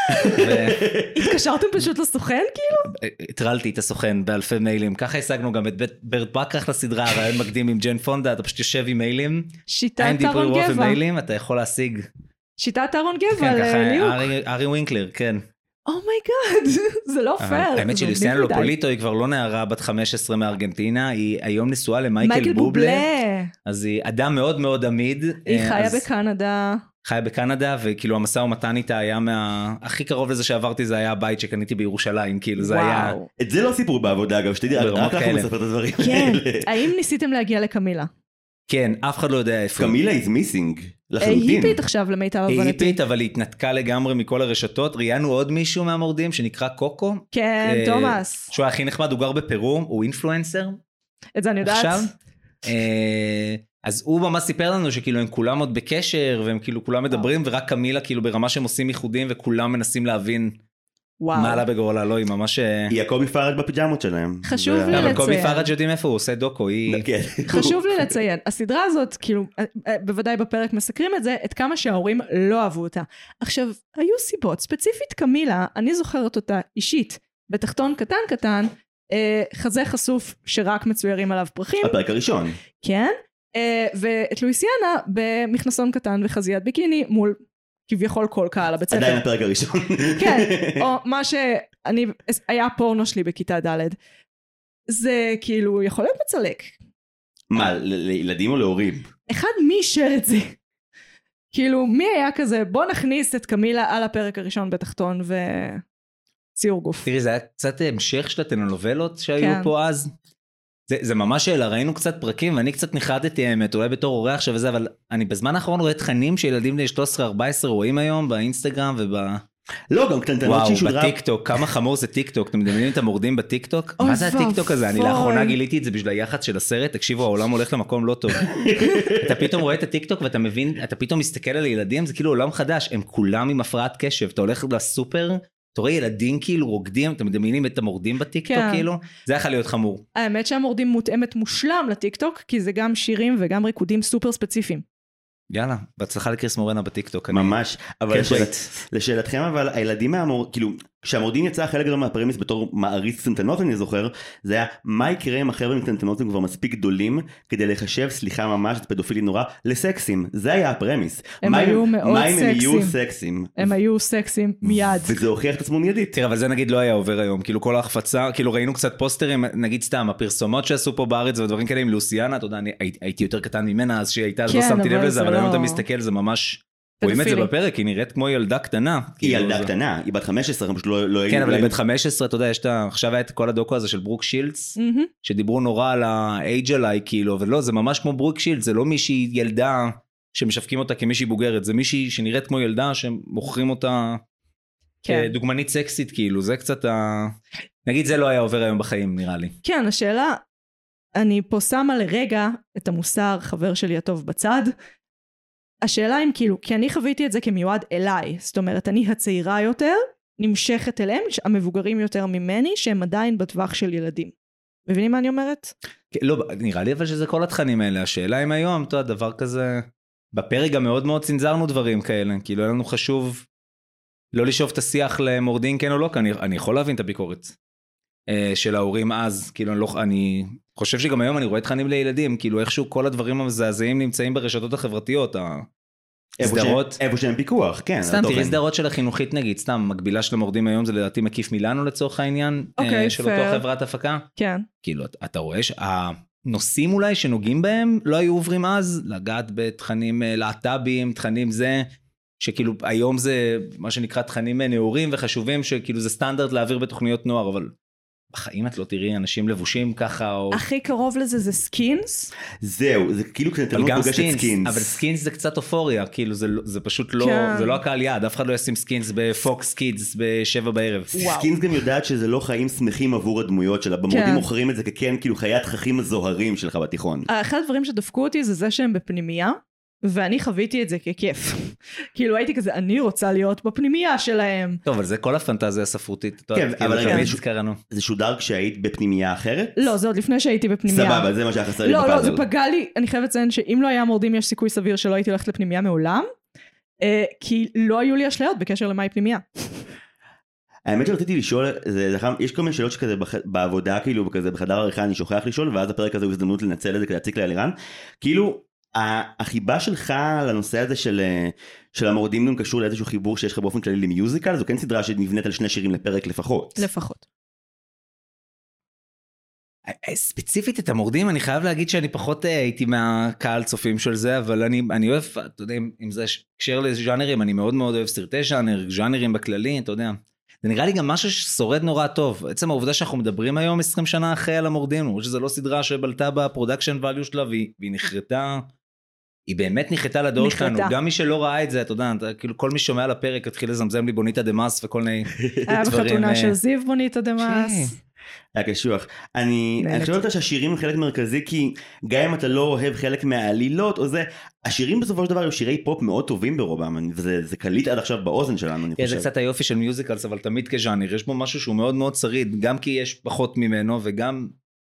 S1: התקשרתם פשוט לסוכן כאילו?
S2: הטרלתי את הסוכן באלפי מיילים, ככה השגנו גם את ברט בקרח לסדרה, הרעיון מקדים עם ג'ן פונדה, אתה פשוט יושב עם מיילים,
S1: שיטת אהרון גבע.
S2: ומיילים, אתה יכול להשיג.
S1: שיטת אהרון גבע
S2: כן,
S1: לליהוק.
S2: ככה, ארי ווינקלר, כן.
S1: אומייגאד, זה לא פייר.
S2: האמת שלוסיאנה לופוליטו היא כבר לא נערה בת חמש עשרה מארגנטינה, היא היום נשואה למייקל בובלה, אז היא אדם מאוד מאוד עמיד.
S1: היא חיה בקנדה.
S2: חיה בקנדה, וכאילו המסע ומתן איתה היה מה... הכי קרוב לזה שעברתי, זה היה הבית שקניתי בירושלים, כאילו זה היה...
S3: את זה לא סיפור בעבודה, אגב, שתדעי, רק אנחנו מספר את הדברים.
S1: כן, האם ניסיתם להגיע לקמילה?
S2: כן, אף אחד לא יודע איפה.
S3: קמילה is missing, לחלוטין.
S1: היא היפית עכשיו למיטב הבנתי.
S2: היא היפית, אבל היא התנתקה לגמרי מכל הרשתות. ראיינו עוד מישהו מהמורדים שנקרא קוקו.
S1: כן, תומאס.
S2: שהוא הכי נחמד, הוא גר בפרו, הוא אינפלואנסר.
S1: את זה אני יודעת.
S2: עכשיו. אז הוא ממש סיפר לנו שכאילו הם כולם עוד בקשר, והם כאילו כולם מדברים, ורק קמילה כאילו ברמה שהם עושים ייחודים, וכולם מנסים להבין מה עלה בגורלה, לא, היא ממש...
S3: היא הקובי פארג' בפיג'מות שלהם.
S1: חשוב לי לציין.
S2: אבל קובי פארג' יודעים איפה הוא עושה דוקו, היא...
S1: חשוב לי לציין, הסדרה הזאת, כאילו, בוודאי בפרק מסקרים את זה, את כמה שההורים לא אהבו אותה. עכשיו, היו סיבות, ספציפית קמילה, אני זוכרת אותה אישית, בתחתון קטן קטן, חזה חשוף שרק מצוירים עליו פרחים.
S3: הפרק הראשון.
S1: כן, ואת לואיסיאנה במכנסון קטן וחזיית ביקיני מול כביכול כל קהל הבית ספר.
S3: עדיין הפרק הראשון.
S1: כן, או מה שאני, היה פורנו שלי בכיתה ד' זה כאילו יכול להיות מצלק.
S3: מה, לילדים או להורים?
S1: אחד מי אישר את זה? כאילו מי היה כזה, בוא נכניס את קמילה על הפרק הראשון בתחתון וציור גוף.
S2: תראי, זה היה קצת המשך של הטלנובלות שהיו פה אז. זה, זה ממש שאלה, ראינו קצת פרקים, ואני קצת נחרדתי האמת, אולי בתור אורח עכשיו וזה, אבל אני בזמן האחרון רואה תכנים שילדים בני שלוש עשרה ארבע עשרה רואים היום באינסטגרם וב...
S3: לא, גם קטנטנות שהיא שודרה...
S2: וואו, בטיקטוק, כמה חמור זה טיקטוק, אתם מדמיינים את המורדים בטיקטוק? מה זה הטיקטוק הזה? אני לאחרונה גיליתי את זה בשביל היח"צ של הסרט, תקשיבו, העולם הולך למקום לא טוב. אתה פתאום רואה את הטיקטוק ואתה מבין, אתה פתאום מסתכל על ילדים, זה כאילו עולם חדש, הם כולם עם הפרעת קשב, אתה הולך לסופר, אתה רואה ילדים כאילו רוקדים, אתם מדמיינים את המורדים בטיקטוק כאילו, זה יכול להיות חמור.
S1: האמת שהמורדים מותאמת מושלם לטיקטוק, כי זה גם שירים וגם ריקודים סופר ספציפיים.
S2: יאללה, בהצלחה לקריס מורנה בטיקטוק.
S3: ממש, אבל לשאלתכם, אבל הילדים מהמור, כאילו, כשהמורדים יצא חלק גדול מהפרמיס בתור מעריץ קטנטנות, אני זוכר, זה היה, מה יקרה אם החבר'ה מקטנטנות הם כבר מספיק גדולים, כדי לחשב, סליחה ממש, את פדופילי נורא, לסקסים. זה היה הפרמיס.
S1: הם היו מאוד סקסים.
S3: מה אם הם יהיו סקסים?
S1: הם היו סקסים מיד.
S3: וזה הוכיח את עצמו מיידית.
S2: תראה, אבל זה נגיד לא היה עובר היום, כאילו כל ההחפצה, כאילו ראינו קצת פוסטרים, נגיד סתם, הפרסומות שעשו פה בארץ ודברים כאלה עם לוסיאנה, אתה יודע, אני הייתי יותר קטן ממנה אז שהיא הייתה, אז לא שמתי לב לזה, אבל היום אתה מסתכל, זה ממש, רואים את זה בפרק, היא נראית כמו ילדה קטנה.
S3: היא ילדה קטנה, היא בת חמש עשרה,
S2: כן, אבל היא בת חמש עשרה, אתה יודע, יש את, עכשיו היה את כל הדוקו הזה של ברוק שילדס, שדיברו נורא על ה-age עליי, כאילו, ולא, זה ממש כמו ברוק שילדס, זה לא מישהי ילדה שמשווקים אותה כמישהי בוגרת, זה מישהי שנראית כמו ילדה שמוכרים אותה כדוגמנית סקסית, כאילו, זה קצת ה... נגיד זה לא היה עובר היום בחיים, נראה לי.
S1: כן, השאלה, אני פה שמה לרגע את המוסר, חבר שלי הטוב בצד, השאלה אם כאילו, כי אני חוויתי את זה כמיועד אליי, זאת אומרת, אני הצעירה יותר, נמשכת אליהם, המבוגרים יותר ממני, שהם עדיין בטווח של ילדים. מבינים מה אני אומרת?
S2: לא, נראה לי אבל שזה כל התכנים האלה, השאלה אם היום, אתה יודע, דבר כזה, בפרק גם מאוד מאוד צנזרנו דברים כאלה, כאילו היה לנו חשוב לא לשאוף את השיח למורדים כן או לא, כי אני, אני יכול להבין את הביקורת של ההורים אז, כאילו אני, לא, אני חושב שגם היום אני רואה תכנים לילדים, כאילו איכשהו כל הדברים המזעזעים נמצאים ברשתות החברתיות, הסדרות.
S3: איפה שהם פיקוח, כן.
S2: סתם תראי סדרות של החינוכית נגיד, סתם מקבילה של המורדים היום זה לדעתי מקיף מילאנו לצורך העניין,
S1: okay,
S2: של אותו חברת הפקה.
S1: כן.
S2: כאילו אתה רואה שהנושאים אולי שנוגעים בהם לא היו עוברים אז, לגעת בתכנים להט"בים, תכנים זה, שכאילו היום זה מה שנקרא תכנים נאורים וחשובים, שכאילו זה סטנדרט להעביר בתוכניות נוער, אבל בחיים את לא תראי אנשים לבושים ככה, או...
S1: הכי קרוב לזה זה סקינס.
S3: זהו, זה כאילו כשנתנו פוגש את סקינס.
S2: אבל סקינס זה קצת אופוריה, כאילו זה, זה פשוט לא,
S1: כן.
S2: זה לא הקהל יעד, אף אחד לא ישים סקינס בפוקס קידס בשבע בערב.
S1: וואו.
S3: סקינס גם יודעת שזה לא חיים שמחים עבור הדמויות שלה, במורדים
S1: כן.
S3: מוכרים את זה ככן, כאילו חיית חכים הזוהרים שלך בתיכון.
S1: אחד הדברים שדפקו אותי זה זה שהם בפנימייה, ואני חוויתי את זה ככיף. כאילו הייתי כזה, אני רוצה להיות בפנימייה שלהם.
S2: טוב, אבל זה כל הפנטזיה הספרותית.
S3: כן, אבל רגע,
S2: רגע,
S3: זה שודר כשהיית בפנימייה אחרת?
S1: לא, זה עוד לפני שהייתי בפנימייה.
S3: סבבה, זה מה שהיה חסר לי
S1: לא,
S3: בפאזל.
S1: לא, זה פגע לי, אני חייבת לציין שאם לא היה מורדים יש סיכוי סביר שלא הייתי הולכת לפנימייה מעולם, כי לא היו לי אשליות בקשר למה היא פנימייה.
S3: האמת שרציתי לשאול, זה, יש כל מיני שאלות שכזה בח, בעבודה, כאילו כזה בחדר העריכה אני שוכח לשאול, ואז הפרק הזה הוא הזדמנות לנצל את זה כדי להציק לאלירן. כאילו, החיבה שלך לנושא הזה של, של המורדים גם קשור לאיזשהו חיבור שיש לך באופן כללי למיוזיקל, זו כן סדרה שנבנית על שני שירים לפרק לפחות.
S1: לפחות.
S2: ספציפית את המורדים, אני חייב להגיד שאני פחות הייתי מהקהל צופים של זה, אבל אני, אני אוהב, אתה יודע, אם זה קשר לז'אנרים, אני מאוד מאוד אוהב סרטי ז'אנר, ז'אנרים בכללי, אתה יודע. זה נראה לי גם משהו ששורד נורא טוב. עצם העובדה שאנחנו מדברים היום עשרים שנה אחרי על המורדים, או שזה לא סדרה שבלטה בפרודקשן ואליו שלה, והיא, והיא נחרטה, היא באמת נחרטה לדור שלנו. גם מי שלא ראה את זה, אתה יודע, כאילו כל מי שומע לפרק, התחיל לזמזם לי בוניטה דמאס וכל מיני דברים.
S1: היה בחתונה של זיו בוניטה דמאס.
S3: היה קשוח. אני חושב אותה שהשירים הם חלק מרכזי, כי גם אם אתה לא אוהב חלק מהעלילות, או זה, השירים בסופו של דבר הם שירי פופ מאוד טובים ברובם, וזה קליט עד עכשיו באוזן שלנו, אני חושב.
S2: זה קצת היופי של מיוזיקלס, אבל תמיד כז'אנר, יש בו משהו שהוא מאוד מאוד שריד, גם כי יש פחות ממנו, וגם,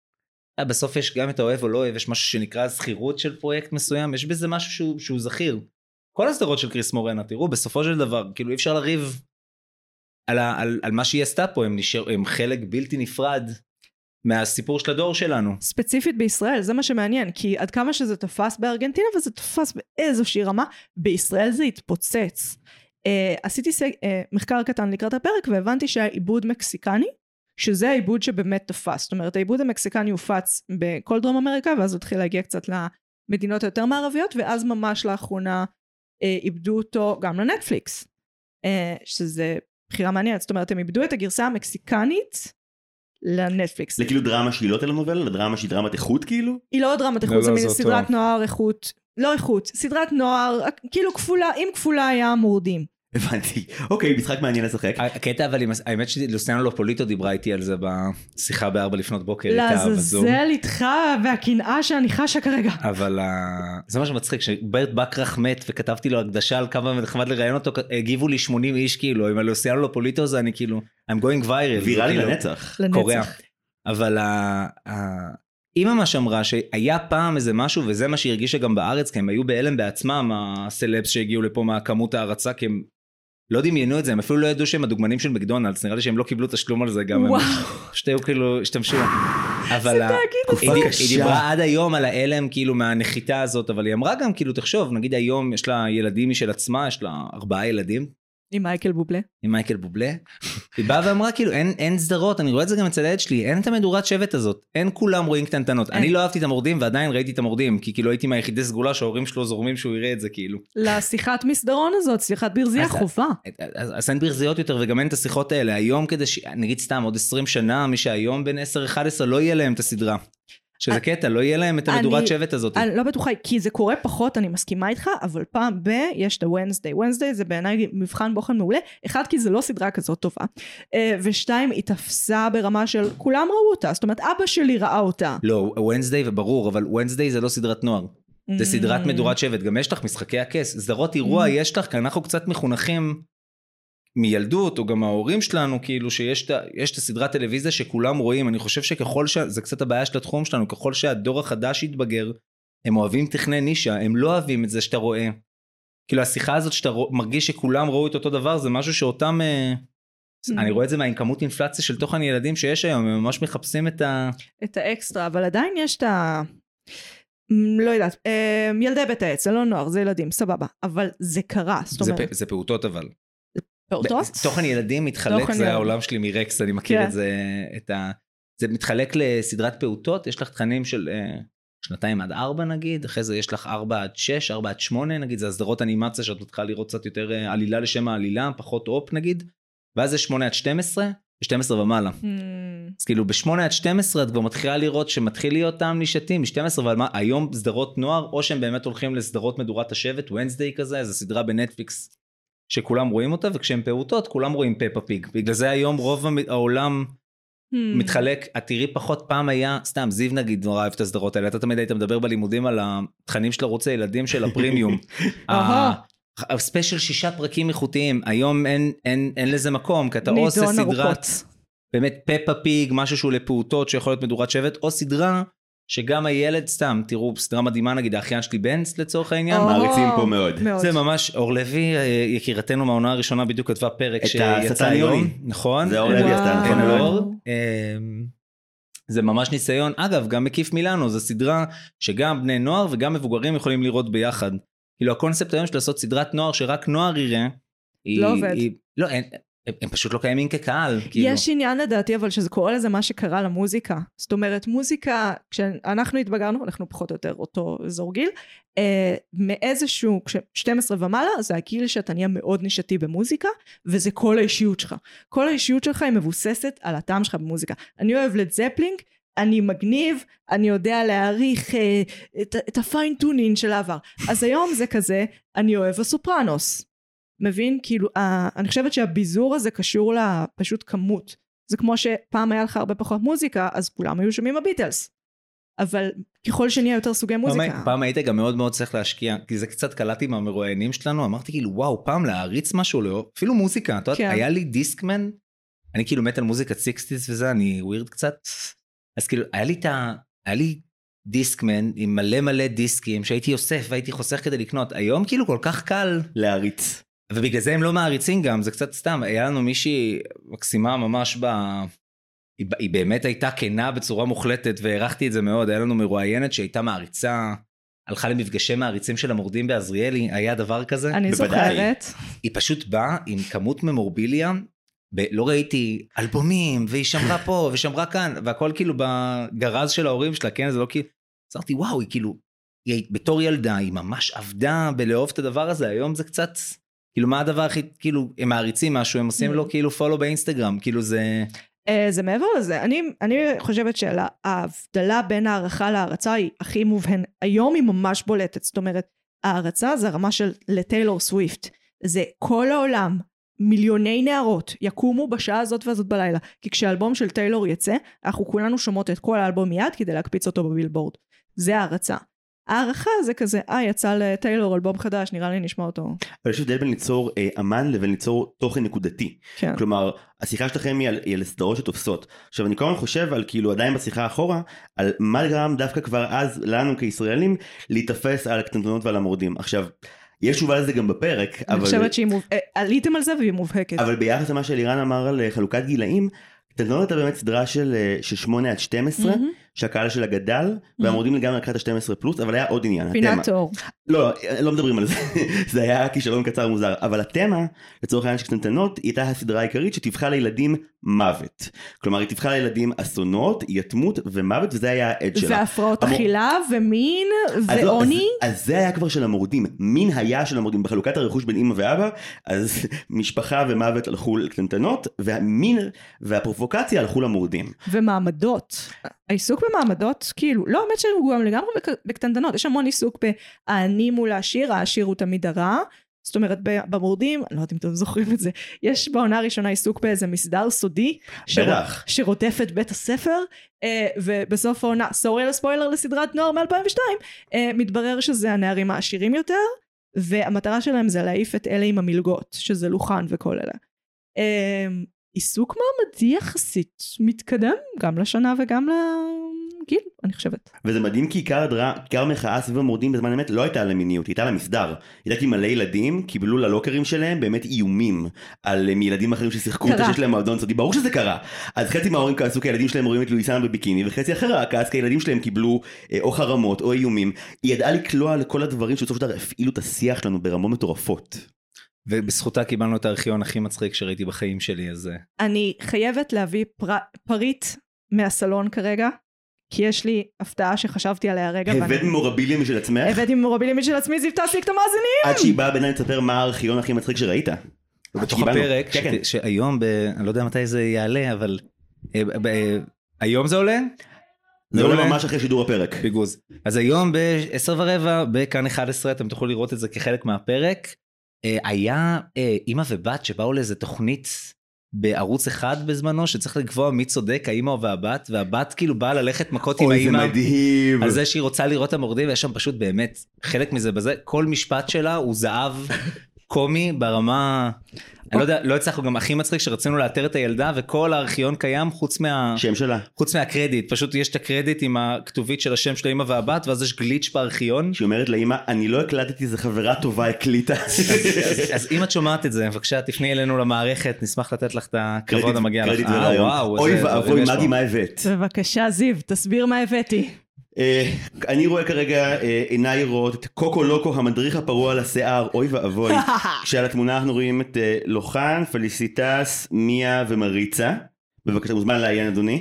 S2: בסוף יש גם את האוהב או לא אוהב, יש משהו שנקרא זכירות של פרויקט מסוים, יש בזה משהו שהוא, שהוא זכיר. כל הסדרות של קריס מורנה, תראו, בסופו של דבר, כאילו אי אפשר לריב על, על, על מה שהיא עשתה פה, הם, נשאר, הם חלק בלתי נפרד מהסיפור של הדור שלנו.
S1: ספציפית בישראל, זה מה שמעניין, כי עד כמה שזה תפס בארגנטינה, וזה תפס באיזושהי רמה, בישראל זה התפוצץ. Uh, עשיתי uh, מחקר קטן לקראת הפרק, והבנתי שהעיבוד מקסיקני, שזה העיבוד שבאמת תפס. זאת אומרת, העיבוד המקסיקני הופץ בכל דרום אמריקה, ואז הוא התחיל להגיע קצת למדינות היותר מערביות, ואז ממש לאחרונה uh, עיבדו אותו גם לנטפליקס, uh, שזה בחירה מעניינת. זאת אומרת, הם עיבדו את הגרסה המקסיקנית לנטפליקס.
S3: זה כאילו דרמה שהיא לא טלנובלה? דרמה שהיא דרמת איכות כאילו?
S1: היא לא דרמת איכות, זה מין סדרת נוער איכות. לא איכות, סדרת נוער, כאילו כפולה, אם כפולה היה מורדים.
S3: הבנתי. אוקיי, משחק מעניין לשחק.
S2: הקטע, אבל האמת שלוסיאנה לופוליטו דיברה איתי על זה בשיחה בארבע לפנות בוקר.
S1: לעזאזל איתך והקנאה שאני חשה כרגע.
S2: אבל זה מה שמצחיק, שברט בקרח מת וכתבתי לו הקדשה על כמה נחמד לראיין אותו, הגיבו לי שמונים איש כאילו, אם לוסיאנה לופוליטו זה אני כאילו, I'm going viral.
S3: ויראלי לנצח.
S1: לנצח.
S2: אבל אימא מה שאמרה שהיה פעם איזה משהו, וזה מה שהרגישה גם בארץ, כי הם היו בהלם בעצמם, הסלבס שהגיעו לפה מהכמות ההרצה, כי הם לא דמיינו את זה, הם אפילו לא ידעו שהם הדוגמנים של מקדונלדס, נראה לי שהם לא קיבלו תשלום על זה גם,
S1: וואו.
S2: שתיו כאילו השתמשו. אבל
S1: זה תאגיד
S2: היא, היא דיברה עד היום על ההלם כאילו מהנחיתה הזאת, אבל היא אמרה גם כאילו תחשוב, נגיד היום יש לה ילדים משל עצמה, יש לה ארבעה ילדים.
S1: עם מייקל בובלה.
S2: עם מייקל בובלה. היא באה ואמרה כאילו אין, אין סדרות, אני רואה את זה גם אצל הילד שלי, אין את המדורת שבט הזאת, אין כולם רואים קטנטנות. אני לא אהבתי את המורדים ועדיין ראיתי את המורדים, כי כאילו הייתי מהיחידי סגולה שההורים שלו זורמים שהוא יראה את זה כאילו.
S1: לשיחת מסדרון הזאת, שיחת ברזייה חובה.
S2: אז אין ברזיות יותר וגם אין את השיחות האלה. היום כדי, נגיד סתם עוד עשרים שנה, מי שהיום בין עשר אחת עשרה לא יהיה להם את הסדרה. שזה קטע, לא יהיה להם את המדורת שבט הזאת.
S1: אני לא בטוחה, כי זה קורה פחות, אני מסכימה איתך, אבל פעם ב, יש את ה-Wednesday. Wednesday זה בעיניי מבחן בוחן מעולה. אחד, כי זה לא סדרה כזאת טובה. ושתיים, היא תפסה ברמה של, כולם ראו אותה. זאת אומרת, אבא שלי ראה אותה.
S2: לא, Wednesday וברור, אבל Wednesday זה לא סדרת נוער. זה סדרת מדורת שבט. גם יש לך משחקי הכס. סדרות אירוע יש לך, כי אנחנו קצת מחונכים מילדות, או גם ההורים שלנו, כאילו שיש את הסדרת טלוויזיה שכולם רואים, אני חושב שככל ש... זה קצת הבעיה של התחום שלנו, ככל שהדור החדש יתבגר, הם אוהבים תכני נישה, הם לא אוהבים את זה שאתה רואה. כאילו השיחה הזאת שאתה מרגיש שכולם ראו את אותו דבר, זה משהו שאותם, אני רואה את זה מהכמות אינפלציה של תוכן ילדים שיש היום, הם ממש מחפשים את ה...
S1: את האקסטרה, אבל עדיין יש את ה... לא יודעת, ילדי בית העץ, זה לא נוער, זה ילדים, סבבה, אבל זה קרה, זאת אומרת.
S2: זה פעוטות אבל.
S1: פעוטות?
S2: תוכן ילדים מתחלק, זה העולם שלי מרקס, אני מכיר את זה, את ה... זה מתחלק לסדרת פעוטות, יש לך תכנים של שנתיים עד ארבע נגיד, אחרי זה יש לך ארבע עד שש, ארבע עד שמונה נגיד, זה הסדרות אנימציה שאת מתחילה לראות קצת יותר עלילה לשם העלילה, פחות אופ נגיד, ואז זה שמונה עד שתים עשרה, ב-שתים עשרה ומעלה. אז כאילו ב-שמונה עד שתים עשרה את כבר מתחילה לראות שמתחיל להיות טעם נישתי, מ-שתים עשרה ומעלה, היום סדרות נוער, או שהם באמת הולכים לסדרות מדורת השבט, Wednesday כזה, איזו סדרה בנטפליקס, שכולם רואים אותה, וכשהם פעוטות, כולם רואים פפה פיג. בגלל זה היום רוב העולם מתחלק, את תראי פחות, פעם היה, סתם, זיו נגיד, נורא אוהב את הסדרות האלה, אתה תמיד היית מדבר בלימודים על התכנים של ערוץ הילדים של הפרימיום. ספיישל שישה פרקים איכותיים, היום אין, אין, אין לזה מקום, כי אתה או עושה סדרת, באמת פפה פיג, משהו שהוא לפעוטות שיכול להיות מדורת שבט, או סדרה שגם הילד סתם, תראו, סדרה מדהימה נגיד, האחיין שלי בנץ לצורך העניין,
S3: מעריצים פה מאוד.
S2: זה ממש, אור לוי, יקירתנו מהעונה הראשונה בדיוק כתבה פרק שיצא היום, נכון?
S3: זה אור לוי עשתה, נכון מאוד.
S2: זה ממש ניסיון, אגב, גם מקיף מילאנו, זו סדרה שגם בני נוער וגם מבוגרים יכולים לראות ביחד. כאילו הקונספט היום של לעשות סדרת נוער שרק נוער יראה,
S1: לא עובד.
S2: לא, אין, הם פשוט לא קיימים כקהל.
S1: יש עניין לדעתי, אבל שזה קורה לזה מה שקרה למוזיקה. זאת אומרת, מוזיקה, כשאנחנו התבגרנו, אנחנו פחות או יותר אותו אזור גיל, מאיזשהו, שתים עשרה ומעלה, זה הגיל שאתה נהיה מאוד נישתי במוזיקה, וזה כל האישיות שלך. כל האישיות שלך היא מבוססת על הטעם שלך במוזיקה. אני אוהב לד זפלינג, אני מגניב, אני יודע להעריך אה, את, את הפיינטונינג של העבר. אז היום זה כזה, אני אוהב הסופרנוס. מבין? כאילו, אה, אני חושבת שהביזור הזה קשור לפשוט כמות. זה כמו שפעם היה לך הרבה פחות מוזיקה, אז כולם היו שומעים הביטלס. אבל ככל שנהיה יותר סוגי מוזיקה.
S2: פעם, פעם היית גם מאוד מאוד צריך להשקיע, כי זה קצת קלטתי מהמרואיינים שלנו, אמרתי כאילו, וואו, פעם להריץ משהו, לא, אפילו מוזיקה, אתה יודע, היה לי דיסקמן, אני כאילו מת על מוזיקת סיקסטיז וזה, אני ווירד קצת, אז כאילו, היה לי את ה... היה לי דיסקמן עם מלא מלא דיסקים שהייתי אוסף והייתי חוסך כדי לקנות. היום כאילו כל כך קל
S3: להריץ.
S2: ובגלל זה הם לא מעריצים גם, זה קצת סתם. היה לנו מישהי מקסימה ממש ב... היא, היא באמת הייתה כנה בצורה מוחלטת והערכתי את זה מאוד. היה לנו מרואיינת שהייתה מעריצה, הלכה למפגשי מעריצים של המורדים בעזריאלי, היה דבר כזה.
S1: אני זוכרת.
S2: היא פשוט באה עם כמות ממורביליה, לא ראיתי אלבומים, והיא שמרה פה, ושמרה כאן, והכל כאילו בגרז של ההורים שלה, כן, זה לא כאילו, אז אמרתי, וואו, היא כאילו, היא בתור ילדה, היא ממש עבדה בלאהוב את הדבר הזה, היום זה קצת, כאילו, מה הדבר הכי, כאילו, הם מעריצים משהו, הם עושים לו כאילו פולו באינסטגרם, כאילו זה...
S1: זה מעבר לזה, אני, אני חושבת שההבדלה בין הערכה להערצה היא הכי מובהן, היום היא ממש בולטת, זאת אומרת, הערצה זה הרמה של לטיילור סוויפט, זה כל העולם, מיליוני נערות יקומו בשעה הזאת והזאת בלילה, כי כשהאלבום של טיילור יצא, אנחנו כולנו שומעות את כל האלבום מיד כדי להקפיץ אותו בבילבורד. זה הערצה. הערכה זה כזה, אה, יצא לטיילור אלבום חדש, נראה לי נשמע אותו.
S3: אבל יש הבדל בין ליצור אה, אמן לבין ליצור תוכן נקודתי.
S1: כן. כלומר,
S3: השיחה שלכם היא על, היא על סדרות שתופסות. עכשיו, אני כל הזמן חושב על, כאילו, עדיין בשיחה אחורה, על מה גרם דווקא כבר אז לנו כישראלים להתאפס על הקטנטונות ועל המורדים. עכשיו, יש תשובה לזה גם בפרק.
S1: אני חושבת שהיא מובהקת, עליתם על זה והיא מובהקת.
S3: אבל ביחס למה שאלירן אמר על חלוקת גילאים, קטנטונות הייתה באמת סדרה של שמונה עד שתים עשרה, שהקהל שלה גדל, והמורדים לגמרי לקחת ה-שתים עשרה פלוס, אבל היה עוד עניין.
S1: פינת אור.
S3: לא, לא מדברים על זה, זה היה כישלון קצר מוזר, אבל התמה, לצורך העניין של קטנטנות, היא הייתה הסדרה העיקרית שתבחה לילדים מוות. כלומר, היא תבחה לילדים אסונות, יתמות ומוות, וזה היה העד שלה.
S1: והפרעות אכילה ומין ועוני.
S3: אז זה היה כבר של המורדים, מין היה של המורדים, בחלוקת הרכוש בין אמא ואבא, אז משפחה ומוות הלכו לקטנטנות, והמין והפרובוקציה הלכו למורדים.
S1: ומעמדות. העיסוק במעמדות, כאילו, לא, האמת שהוא גם לגמרי בקטנטנות, יש המון עיסוק בעני מול העשיר, העשיר הוא תמיד הרע, זאת אומרת, במורדים, אני לא יודעת אם אתם זוכרים את זה, יש בעונה הראשונה עיסוק באיזה מסדר סודי, שרודף את בית הספר, ובסוף העונה, סורי על הספוילר לסדרת נוער מ-אלפיים ושתיים, מתברר שזה הנערים העשירים יותר, והמטרה שלהם זה להעיף את אלה עם המלגות, שזה לוחן וכל אלה. עיסוק מעמדי יחסית מתקדם, גם לשנה וגם לגיל, אני חושבת.
S3: וזה מדהים כי עיקר הדרה, עיקר מחאה סביב המורדים בזמן אמת לא הייתה על המיניות, היא הייתה על המסדר. הייתה כי מלא ילדים קיבלו ללוקרים שלהם באמת איומים על מילדים אחרים ששיחקו אותה שיש להם מועדון סודי, ברור שזה קרה. אז חצי מההורים כעסו כי הילדים שלהם רואים את לואיסן בביקיני, וחצי אחר הכעס כי הילדים שלהם קיבלו או חרמות או איומים. היא ידעה לקלוע לכל הדברים שבסופו של דבר הפעילו את השיח שלנו ברמות מטורפות.
S2: ובזכותה קיבלנו את הארכיון הכי מצחיק שראיתי בחיים שלי, אז...
S1: אני חייבת להביא פר... פריט מהסלון כרגע, כי יש לי הפתעה שחשבתי עליה רגע.
S3: הבאת ואני... ממורביליה משל עצמך?
S1: הבאתי ממורביליה משל עצמי, זיו תעסיק את המאזינים!
S3: עד שהיא באה ביניי לספר מה הארכיון הכי מצחיק שראית.
S2: בתוך הפרק, שהיום, אני לא יודע מתי זה יעלה, אבל היום זה עולה?
S3: זה עולה ממש אחרי שידור הפרק.
S2: ביגוז. אז היום ב-עשר ורבע, בכאן אחת עשרה, אתם תוכלו לראות את זה כחלק מהפרק. היה אמא ובת שבאו לאיזה תוכנית בערוץ אחד בזמנו, שצריך לקבוע מי צודק, האמא והבת, והבת כאילו באה ללכת מכות עם האמא.
S3: אוי, זה מדהים.
S2: על זה שהיא רוצה לראות את המורדים, ויש שם פשוט באמת חלק מזה בזה. כל משפט שלה הוא זהב קומי ברמה... אני לא יודע, לא הצלחנו, גם הכי מצחיק שרצינו לאתר את הילדה, וכל הארכיון קיים חוץ מה...
S3: שם שלה.
S2: חוץ מהקרדיט, פשוט יש את הקרדיט עם הכתובית של השם של האמא והבת, ואז יש גליץ' בארכיון.
S3: שהיא אומרת לאמא, אני לא הקלטתי, זה חברה טובה הקליטה.
S2: אז אם את שומעת את זה, בבקשה, תפני אלינו למערכת, נשמח לתת לך את הכבוד המגיע לך.
S3: קרדיט ורעיון. אוי ואבוי, מגי, מה הבאת?
S1: בבקשה, זיו, תסביר מה הבאתי.
S3: אני רואה כרגע עיניי רואות את קוקו לוקו המדריך הפרוע על השיער, אוי ואבוי. כשעל התמונה אנחנו רואים את לוחן, פליסיטס, מיה ומריצה. בבקשה, מוזמן לעיין אדוני.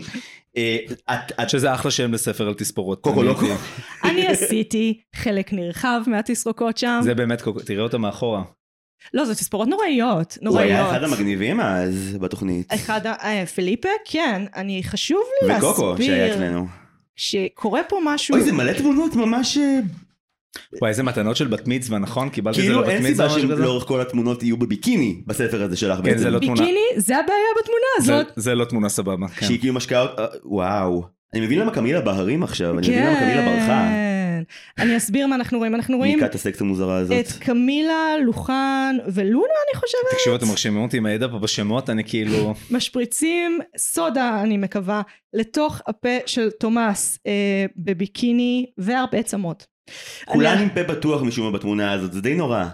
S2: שזה אחלה שם לספר על תספורות.
S3: קוקו לוקו.
S1: אני עשיתי חלק נרחב מהתסרוקות שם.
S2: זה באמת, תראה אותה מאחורה.
S1: לא, זה תספורות נוראיות.
S3: הוא היה אחד המגניבים אז בתוכנית.
S1: אחד, פליפה, כן, אני חשוב לי להסביר.
S3: וקוקו שהיה אצלנו.
S1: שקורה פה משהו...
S3: אוי, זה מלא תמונות ממש...
S2: וואי, איזה מתנות של בת מצווה, נכון? קיבלת את זה
S3: כאילו
S2: לבת
S3: אין
S2: מצווה?
S3: סיבה שלאורך כל התמונות יהיו בביקיני בספר הזה שלך בעצם.
S2: זה לא תמונה.
S1: ביקיני, זה הבעיה בתמונה הזאת.
S2: זה לא תמונה סבבה, כן.
S3: שהיא כאילו משקעה... וואו. אני מבין למה קמילה בהרים עכשיו, אני מבין למה קמילה ברחה.
S1: אני אסביר מה אנחנו רואים. אנחנו רואים
S3: מיקת הסקס המוזרה הזאת.
S1: את קמילה, לוחן ולונה, אני חושבת.
S2: תקשיבו, אתם מרשימים אותי עם הידע פה בשמות, אני כאילו...
S1: משפריצים סודה, אני מקווה, לתוך הפה של תומאס בביקיני והרבה עצמות.
S3: כולם עם פה פתוח משום מה בתמונה הזאת, זה די נורא.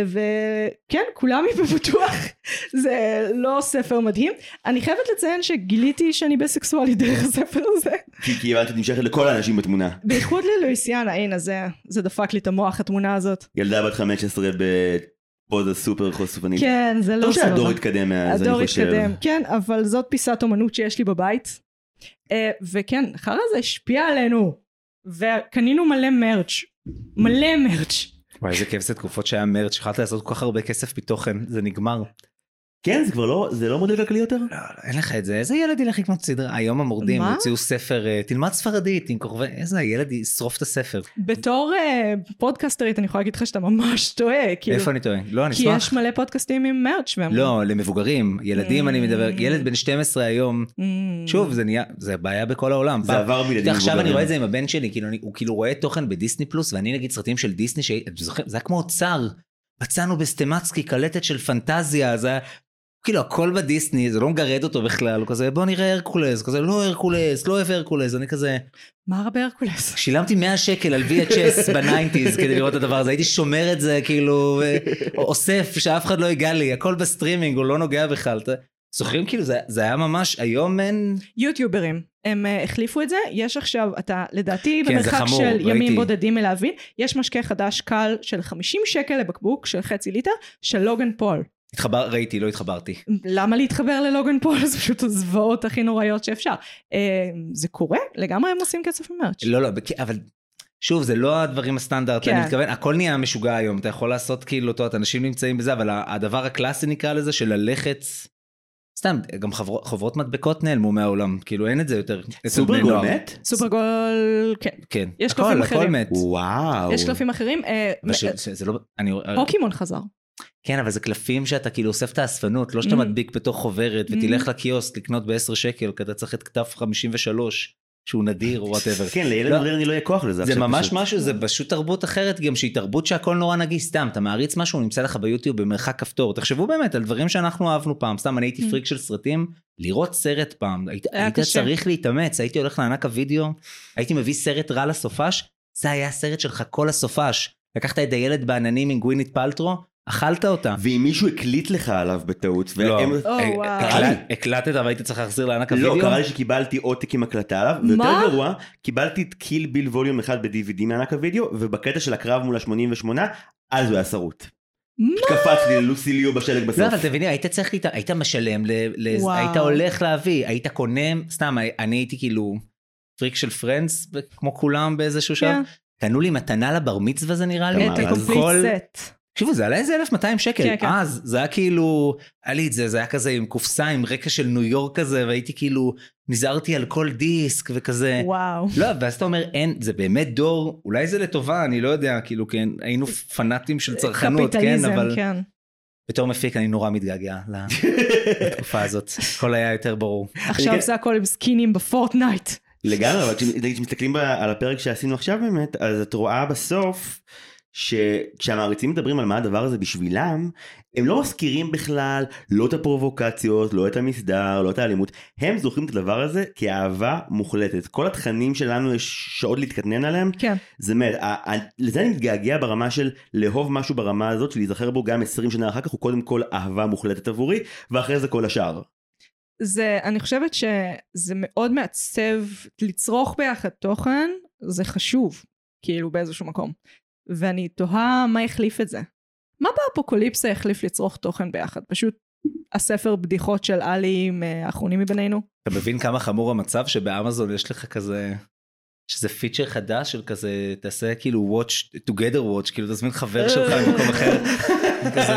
S1: וכן, כולם עם פה פתוח, זה לא ספר מדהים. אני חייבת לציין שגיליתי שאני בסקסואלי דרך הספר הזה.
S3: כי הבנת נמשכת לכל האנשים בתמונה.
S1: בייחוד ללואיסיאנה, הנה זה דפק לי את המוח התמונה הזאת.
S3: ילדה בת חמש עשרה בפוזה סופר חושפנית.
S1: כן, זה לא
S3: טוב שהדור התקדם מאז, אני חושב.
S1: הדור התקדם, כן, אבל זאת פיסת אומנות שיש לי בבית. וכן, אחר זה השפיע עלינו. וקנינו מלא מרץ', מלא מרץ'.
S2: וואי, איזה כיף זה תקופות שהיה מרץ', יכולת לעשות כל כך הרבה כסף מתוכן, זה נגמר.
S3: כן, זה כבר לא, זה לא מודל כלכלי יותר?
S2: לא, אין לך את זה, איזה ילד ילך לקנות סדרה? היום המורדים הוציאו ספר, תלמד ספרדית עם כוכבי, איזה ילד ישרוף את הספר.
S1: בתור פודקאסטרית, אני יכולה להגיד לך שאתה ממש טועה.
S2: איפה אני טועה? לא, אני
S1: אשמח. כי יש מלא פודקאסטים עם מרץ'.
S2: לא, למבוגרים, ילדים אני מדבר, ילד בן שתים עשרה היום, שוב, זה נהיה, זה בעיה בכל העולם.
S3: זה עבר מילדים מבוגרים.
S2: עכשיו אני רואה את זה עם הבן שלי, הוא כאילו רואה תוכן בדיסני פלוס, ואני נגיד סרטים של דיסני, זה כמו אוצר, מצאנו בסטמצקי קלטת של פנטזיה, זה כאילו הכל בדיסני, זה לא מגרד אותו בכלל, הוא כזה בוא נראה הרקולס, כזה לא הרקולס, לא אוהב הרקולס, אני כזה...
S1: מה הרבה הרקולס?
S2: שילמתי מאה שקל על וי אייץ' אס בניינטיז כדי לראות את הדבר הזה, הייתי שומר את זה כאילו, אוסף שאף אחד לא הגע לי, הכל בסטרימינג, הוא לא נוגע בכלל, זוכרים כאילו, זה היה ממש, היום אין...
S1: יוטיוברים, הם החליפו את זה, יש עכשיו, אתה לדעתי במרחק של ימים בודדים מלהבין, יש משקה חדש קל של חמישים שקל לבקבוק של חצי ליטר, של לוגן פול.
S2: התחבר, ראיתי, לא התחברתי.
S1: למה להתחבר ללוגן פול? זה פשוט הזוועות הכי נוראיות שאפשר. זה קורה? לגמרי הם עושים כסף ממרץ'.
S2: לא, לא, אבל שוב, זה לא הדברים הסטנדרט, אני מתכוון, הכל נהיה משוגע היום, אתה יכול לעשות כאילו, אנשים נמצאים בזה, אבל הדבר הקלאסי נקרא לזה, של ללכת, סתם, גם חברות מדבקות נעלמו מהעולם, כאילו אין את זה יותר.
S3: סופרגול מת?
S1: סופרגול, כן.
S2: כן,
S1: יש קלפים אחרים.
S2: הכל מת.
S3: וואו.
S1: יש קלפים אחרים. פוקימון חזר.
S2: כן, אבל זה קלפים שאתה כאילו אוסף את האספנות, לא שאתה מדביק בתוך חוברת, ותלך לקיוסק לקנות בעשר שקל, כי אתה צריך את כתב חמישים ושלוש, שהוא נדיר או whatever.
S3: כן, לילד מודרני לא יהיה כוח לזה.
S2: זה ממש משהו, זה פשוט תרבות אחרת, גם שהיא תרבות שהכל נורא נגיש, סתם, אתה מעריץ משהו, הוא נמצא לך ביוטיוב במרחק כפתור, תחשבו באמת על דברים שאנחנו אהבנו פעם, סתם, אני הייתי פריק של סרטים, לראות סרט פעם, היית צריך להתאמץ, הייתי הולך לענק הוידאו, הייתי מביא סרט רע לסופש, זה היה הסרט שלך כל הסופש, לקחת את הילד בעננים עם גווינית פלטרו, אכלת אותה.
S3: ואם מישהו הקליט לך עליו בטעות,
S2: לא, הקלטת והיית צריך להחזיר לענק הוידאו?
S3: לא, קרה לי שקיבלתי עותק עם הקלטה עליו, ויותר גרוע, קיבלתי את קיל ביל ווליום אחד ב-די וי די מענק הוידאו, ובקטע של הקרב מול ה-שמונים ושמונה, אז הוא היה שרוט. קפץ לי ללוסי ליו בשלג בסוף.
S2: לא, אבל תביני, היית צריך, היית משלם, היית הולך להביא, היית קונה, סתם, אני הייתי כאילו פריק של פרנדס, כמו כולם באיזשהו שעה, קנו לי מתנה לבר מצווה זה נראה לי.
S1: את הקומפליט סט.
S2: תקשיבו, זה עלה איזה אלף ומאתיים שקל.
S1: כן, כן.
S2: אז זה היה כאילו, היה לי את זה, זה היה כזה עם קופסה, עם רקע של ניו יורק כזה, והייתי כאילו, נזהרתי על כל דיסק וכזה.
S1: וואו.
S2: לא, ואז אתה אומר, אין, זה באמת דור, אולי זה לטובה, אני לא יודע, כאילו, כן, היינו פנאטים של צרכנות, כן, אבל...
S1: כן.
S2: בתור מפיק אני נורא מתגעגע לתקופה הזאת. הכל היה יותר ברור.
S1: עכשיו זה הכל עם סקינים בפורטנייט.
S3: לגמרי, אבל כשמסתכלים על הפרק שעשינו עכשיו באמת, אז את רואה בסוף שכשהמעריצים מדברים על מה הדבר הזה בשבילם, הם לא מזכירים בכלל לא את הפרובוקציות, לא את המסדר, לא את האלימות, הם זוכרים את הדבר הזה כאהבה מוחלטת. כל התכנים שלנו יש שעות להתקטנן עליהם,
S1: כן.
S3: זה אומר, לזה אני מתגעגע ברמה של לאהוב משהו ברמה הזאת, של להיזכר בו גם עשרים שנה אחר כך, הוא קודם כל אהבה מוחלטת עבורי, ואחרי זה כל השאר.
S1: זה, אני חושבת שזה מאוד מעצב, לצרוך ביחד תוכן, זה חשוב, כאילו באיזשהו מקום. ואני תוהה מה החליף את זה. מה באפוקוליפסה החליף לצרוך תוכן ביחד? פשוט הספר בדיחות של אלים האחרונים מבינינו?
S2: אתה מבין כמה חמור המצב שבאמזון יש לך כזה, שזה פיצ'ר חדש של כזה, תעשה כאילו watch, together watch, כאילו תזמין חבר שלך למקום אחר. כזה.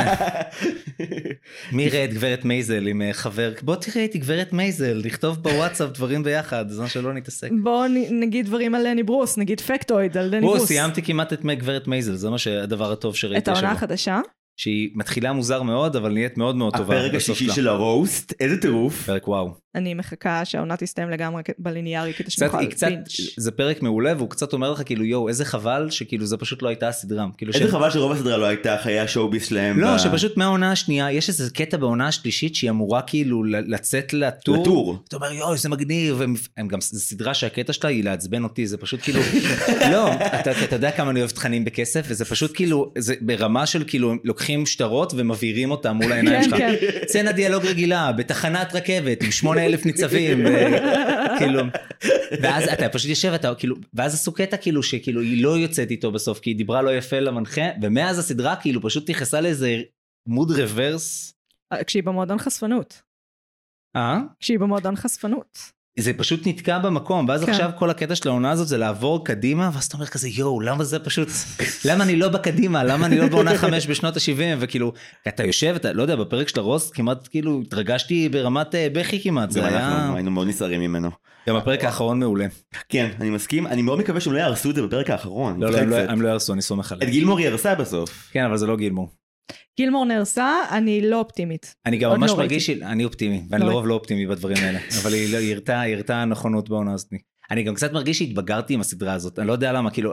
S2: מי יראה את גברת מייזל עם חבר, בוא תראה את גברת מייזל, לכתוב בוואטסאפ דברים ביחד, זה מה שלא נתעסק.
S1: בוא נגיד דברים על דני ברוס, נגיד פקטויד על דני ברוס.
S2: בוא, סיימתי כמעט את גברת מייזל, זה מה שהדבר הטוב שראיתי
S1: את העונה החדשה?
S2: שהיא מתחילה מוזר מאוד, אבל נהיית מאוד מאוד טובה.
S3: הפרק השישי של הרוסט, איזה טירוף.
S2: פרק וואו.
S1: אני מחכה שהעונה תסתיים לגמרי בליניארי, כדי שנוכל בינג'.
S2: זה פרק מעולה, והוא קצת אומר לך כאילו, יואו, איזה חבל שכאילו זה פשוט לא הייתה הסדרה.
S3: איזה חבל שרוב הסדרה לא הייתה חיי השואוביס שלהם.
S2: לא, שפשוט מהעונה השנייה, יש איזה קטע בעונה השלישית, שהיא אמורה כאילו לצאת לטור.
S3: לטור.
S2: אתה אומר, יואו, זה מגניב, הם גם, זו סדרה שהקטע שלה היא לעצבן אותי, זה פשוט כאילו, לא, אתה יודע כמה אני אוהב תכנים בכסף, וזה פשוט כאילו, זה ברמה של כאילו, לוקחים שטרות ומבהירים אותם מול העיניים שלך. סצנה דיאלוג רגילה, בתחנת רכבת, עם שמונה אלף ניצבים, כאילו, ואז אתה פשוט יושב, אתה כאילו, ואז עשו קטע כאילו, שכאילו היא לא יוצאת איתו בסוף, כי היא דיברה לא יפה למנחה, ומאז הסדרה כאילו פשוט נכנסה לאיזה מוד רוורס.
S1: כשהיא במועדון חשפנות.
S2: אה?
S1: כשהיא במועדון חשפנות.
S2: זה פשוט נתקע במקום, ואז כן. עכשיו כל הקטע של העונה הזאת זה לעבור קדימה, ואז אתה אומר כזה, יואו, למה זה פשוט, למה אני לא בקדימה, למה אני לא בעונה חמש בשנות ה-שבעים, וכאילו, אתה יושב, אתה לא יודע, בפרק של הרוסט, כמעט כאילו, התרגשתי ברמת בכי כמעט, זה היה...
S3: אנחנו היינו מאוד נסערים ממנו.
S2: גם הפרק האחרון מעולה.
S3: כן, אני מסכים, אני מאוד מקווה שהם לא יערסו את זה בפרק האחרון.
S2: לא, לא, הם לא יערסו, אני סומך עליהם.
S3: את גילמור יערסה בסוף.
S2: כן, אבל זה לא גילמור.
S1: גילמור נהרסה, אני לא אופטימית.
S2: אני גם ממש מרגיש, אני אופטימי, ואני לרוב לא אופטימי בדברים האלה, אבל היא הרתה נכונות בעונה הזאת. אני גם קצת מרגיש שהתבגרתי עם הסדרה הזאת, אני לא יודע למה, כאילו,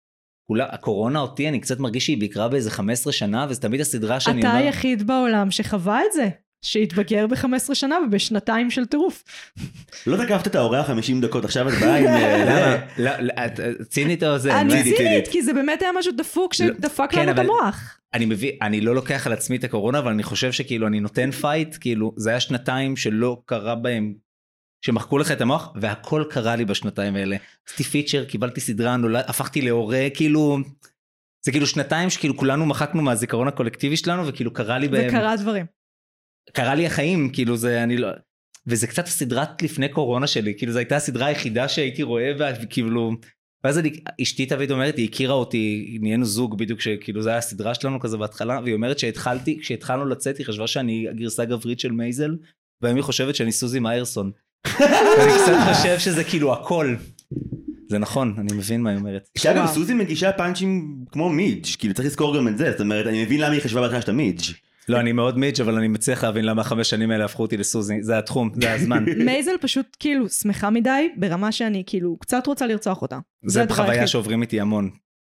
S2: הקורונה אותי, אני קצת מרגיש שהיא ביקרה באיזה חמש עשרה שנה, וזה תמיד הסדרה שאני אומר...
S1: אתה היחיד בעולם שחווה את זה, שהתבגר ב-חמש עשרה שנה ובשנתיים של טירוף.
S3: לא תקפת את ההוראה חמישים דקות, עכשיו את באה עם...
S2: למה? צינית או זה?
S1: אני צינית, כי זה באמת היה משהו דפוק שדפק לנו את המוח.
S2: אני מביא, אני לא לוקח על עצמי את הקורונה, אבל אני חושב שכאילו אני נותן פייט, כאילו זה היה שנתיים שלא קרה בהם, שמחקו לך את המוח, והכל קרה לי בשנתיים האלה. עשיתי פיצ'ר, קיבלתי סדרה, נולד, הפכתי להורה, כאילו, זה כאילו שנתיים שכאילו כולנו מחקנו מהזיכרון הקולקטיבי שלנו, וכאילו קרה לי בהם...
S1: וקרה דברים.
S2: קרה לי החיים, כאילו זה, אני לא... וזה קצת הסדרת לפני קורונה שלי, כאילו זו הייתה הסדרה היחידה שהייתי רואה, וכאילו... ואז אני, אשתי תמיד אומרת, היא הכירה אותי, נהיינו זוג בדיוק, שכאילו זה היה הסדרה שלנו כזה בהתחלה, והיא אומרת שהתחלתי, כשהתחלנו לצאת, היא חשבה שאני הגרסה גברית של מייזל, והיום היא חושבת שאני סוזי מאיירסון. ואני קצת חושב שזה כאילו הכל. זה נכון, אני מבין מה היא אומרת.
S3: שאגב, סוזי מגישה פאנצ'ים כמו מידג', כאילו צריך לזכור גם את זה, זאת אומרת, אני מבין למה היא חשבה בהתחלה שאתה מידג'.
S2: לא, אני מאוד מיץ', אבל אני מצליח להבין למה החמש שנים האלה הפכו אותי לסוזי, זה התחום, זה הזמן.
S1: מייזל פשוט כאילו שמחה מדי, ברמה שאני כאילו קצת רוצה לרצוח אותה.
S2: זה בחוויה שעוברים איתי המון.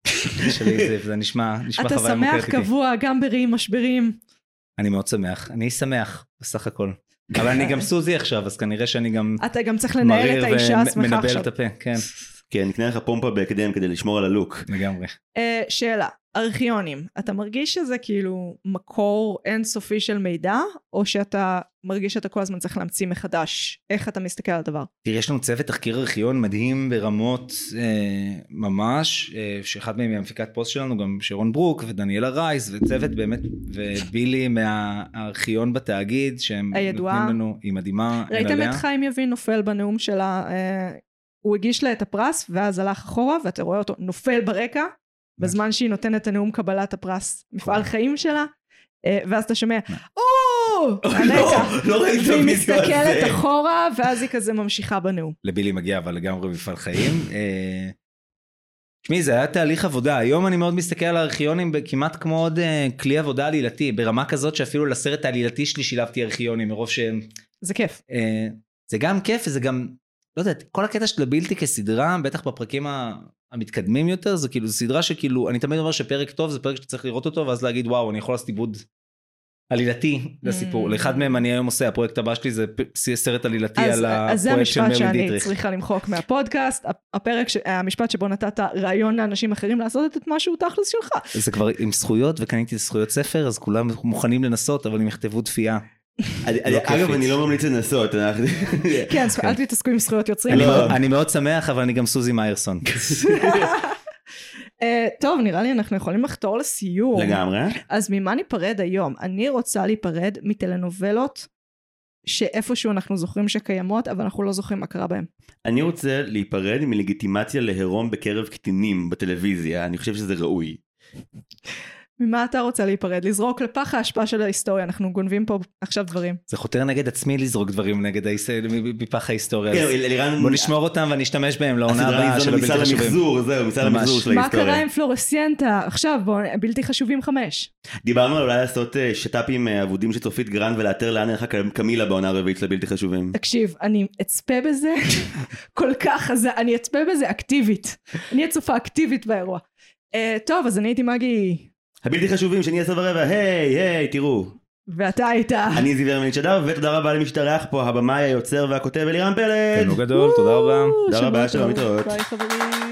S2: זה נשמע
S1: אתה שמח קבוע, גם בריאים, משברים.
S2: אני מאוד שמח, אני שמח בסך הכל. אבל אני גם סוזי עכשיו, אז כנראה שאני גם...
S1: אתה גם צריך לנהל את האישה השמחה עכשיו.
S2: ומנבל את הפה, כן.
S3: כן, נקנה לך פומפה בהקדם כדי לשמור על הלוק.
S2: לגמרי.
S1: שאלה, ארכיונים, אתה מרגיש שזה כאילו מקור אינסופי של מידע, או שאתה מרגיש שאתה כל הזמן צריך להמציא מחדש? איך אתה מסתכל על הדבר?
S2: תראה, יש לנו צוות תחקיר ארכיון מדהים ברמות אה, ממש, אה, שאחד מהם מהמפיקת פוסט שלנו, גם שרון ברוק ודניאלה רייס, וצוות באמת, ובילי מהארכיון בתאגיד, שהם
S1: הידועה.
S2: נותנים לנו, היא מדהימה.
S1: ראיתם את חיים יבין נופל בנאום שלה, אה, הוא הגיש לה את הפרס, ואז הלך אחורה, ואתה רואה אותו נופל ברקע, בזמן שהיא נותנת את הנאום קבלת הפרס, מפעל חיים שלה, ואז אתה שומע, או, והיא מסתכלת אחורה, ואז היא כזה ממשיכה בנאום.
S2: לבילי מגיע, אבל לגמרי מפעל חיים. תשמעי, זה היה תהליך עבודה. היום אני מאוד מסתכל על הארכיונים כמעט כמו עוד כלי עבודה עלילתי, ברמה כזאת שאפילו לסרט העלילתי שלי שילבתי ארכיונים, מרוב ש...
S1: זה כיף.
S2: זה גם כיף, וזה גם, לא יודעת, כל הקטע של בלתי כסדרה, בטח בפרקים המתקדמים יותר, זה כאילו סדרה שכאילו, אני תמיד אומר שפרק טוב, זה פרק שצריך לראות אותו, ואז להגיד, וואו, אני יכול לעשות עיבוד עלילתי לסיפור. לאחד מהם אני היום עושה, הפרויקט הבא שלי זה סרט עלילתי על הפרויקט של מרלי דיטריך. אז זה המשפט שאני
S1: צריכה למחוק מהפודקאסט, הפרק, המשפט שבו נתת רעיון לאנשים אחרים לעשות את משהו תכלס שלך.
S2: זה כבר עם זכויות, וקניתי זכויות ספר, אז כולם מוכנים לנסות, אבל הם יכתבו תפייה.
S3: אגב, אני לא ממליץ לנסות.
S1: כן, אל תתעסקו עם זכויות יוצרים.
S2: אני מאוד שמח, אבל אני גם סוזי מיירסון.
S1: טוב, נראה לי אנחנו יכולים לחתור לסיום.
S3: לגמרי.
S1: אז ממה ניפרד היום? אני רוצה להיפרד מטלנובלות, שאיפשהו אנחנו זוכרים שקיימות, אבל אנחנו לא זוכרים מה קרה בהם.
S3: אני רוצה להיפרד מלגיטימציה להירום בקרב קטינים בטלוויזיה, אני חושב שזה ראוי.
S1: ממה אתה רוצה להיפרד? לזרוק לפח ההשפעה של ההיסטוריה, אנחנו גונבים פה עכשיו דברים.
S2: זה חותר נגד עצמי לזרוק דברים נגד מפח ההיסטוריה. בוא נשמור אותם ואני אשתמש בהם לעונה הבאה של הבלתי חשובים.
S3: למחזור, זהו, מצא למחזור של ההיסטוריה.
S1: מה קרה עם פלורסיאנטה? עכשיו, בוא, בלתי חשובים חמש.
S3: דיברנו על אולי לעשות שטאפים עבודים של צופית גרנד ולאתר לאן הלכה קמילה בעונה הרביעית של הבלתי חשובים.
S1: תקשיב, אני אצפה בזה כל כך, אני אצפה בזה אקטיבית. אני אצופה אקטיבית באירוע. טוב, אז אני הייתי מגי...
S3: הבלתי חשובים שאני עשר ורבע, היי, היי, תראו.
S1: ואתה היית.
S3: אני זיוור מנית שדר, ותודה רבה למי שתארח פה, הבמאי, היוצר והכותב אלירן פלד.
S2: תנו גדול, תודה רבה.
S3: תודה רבה, שלום, להתראות.
S1: ביי חברים.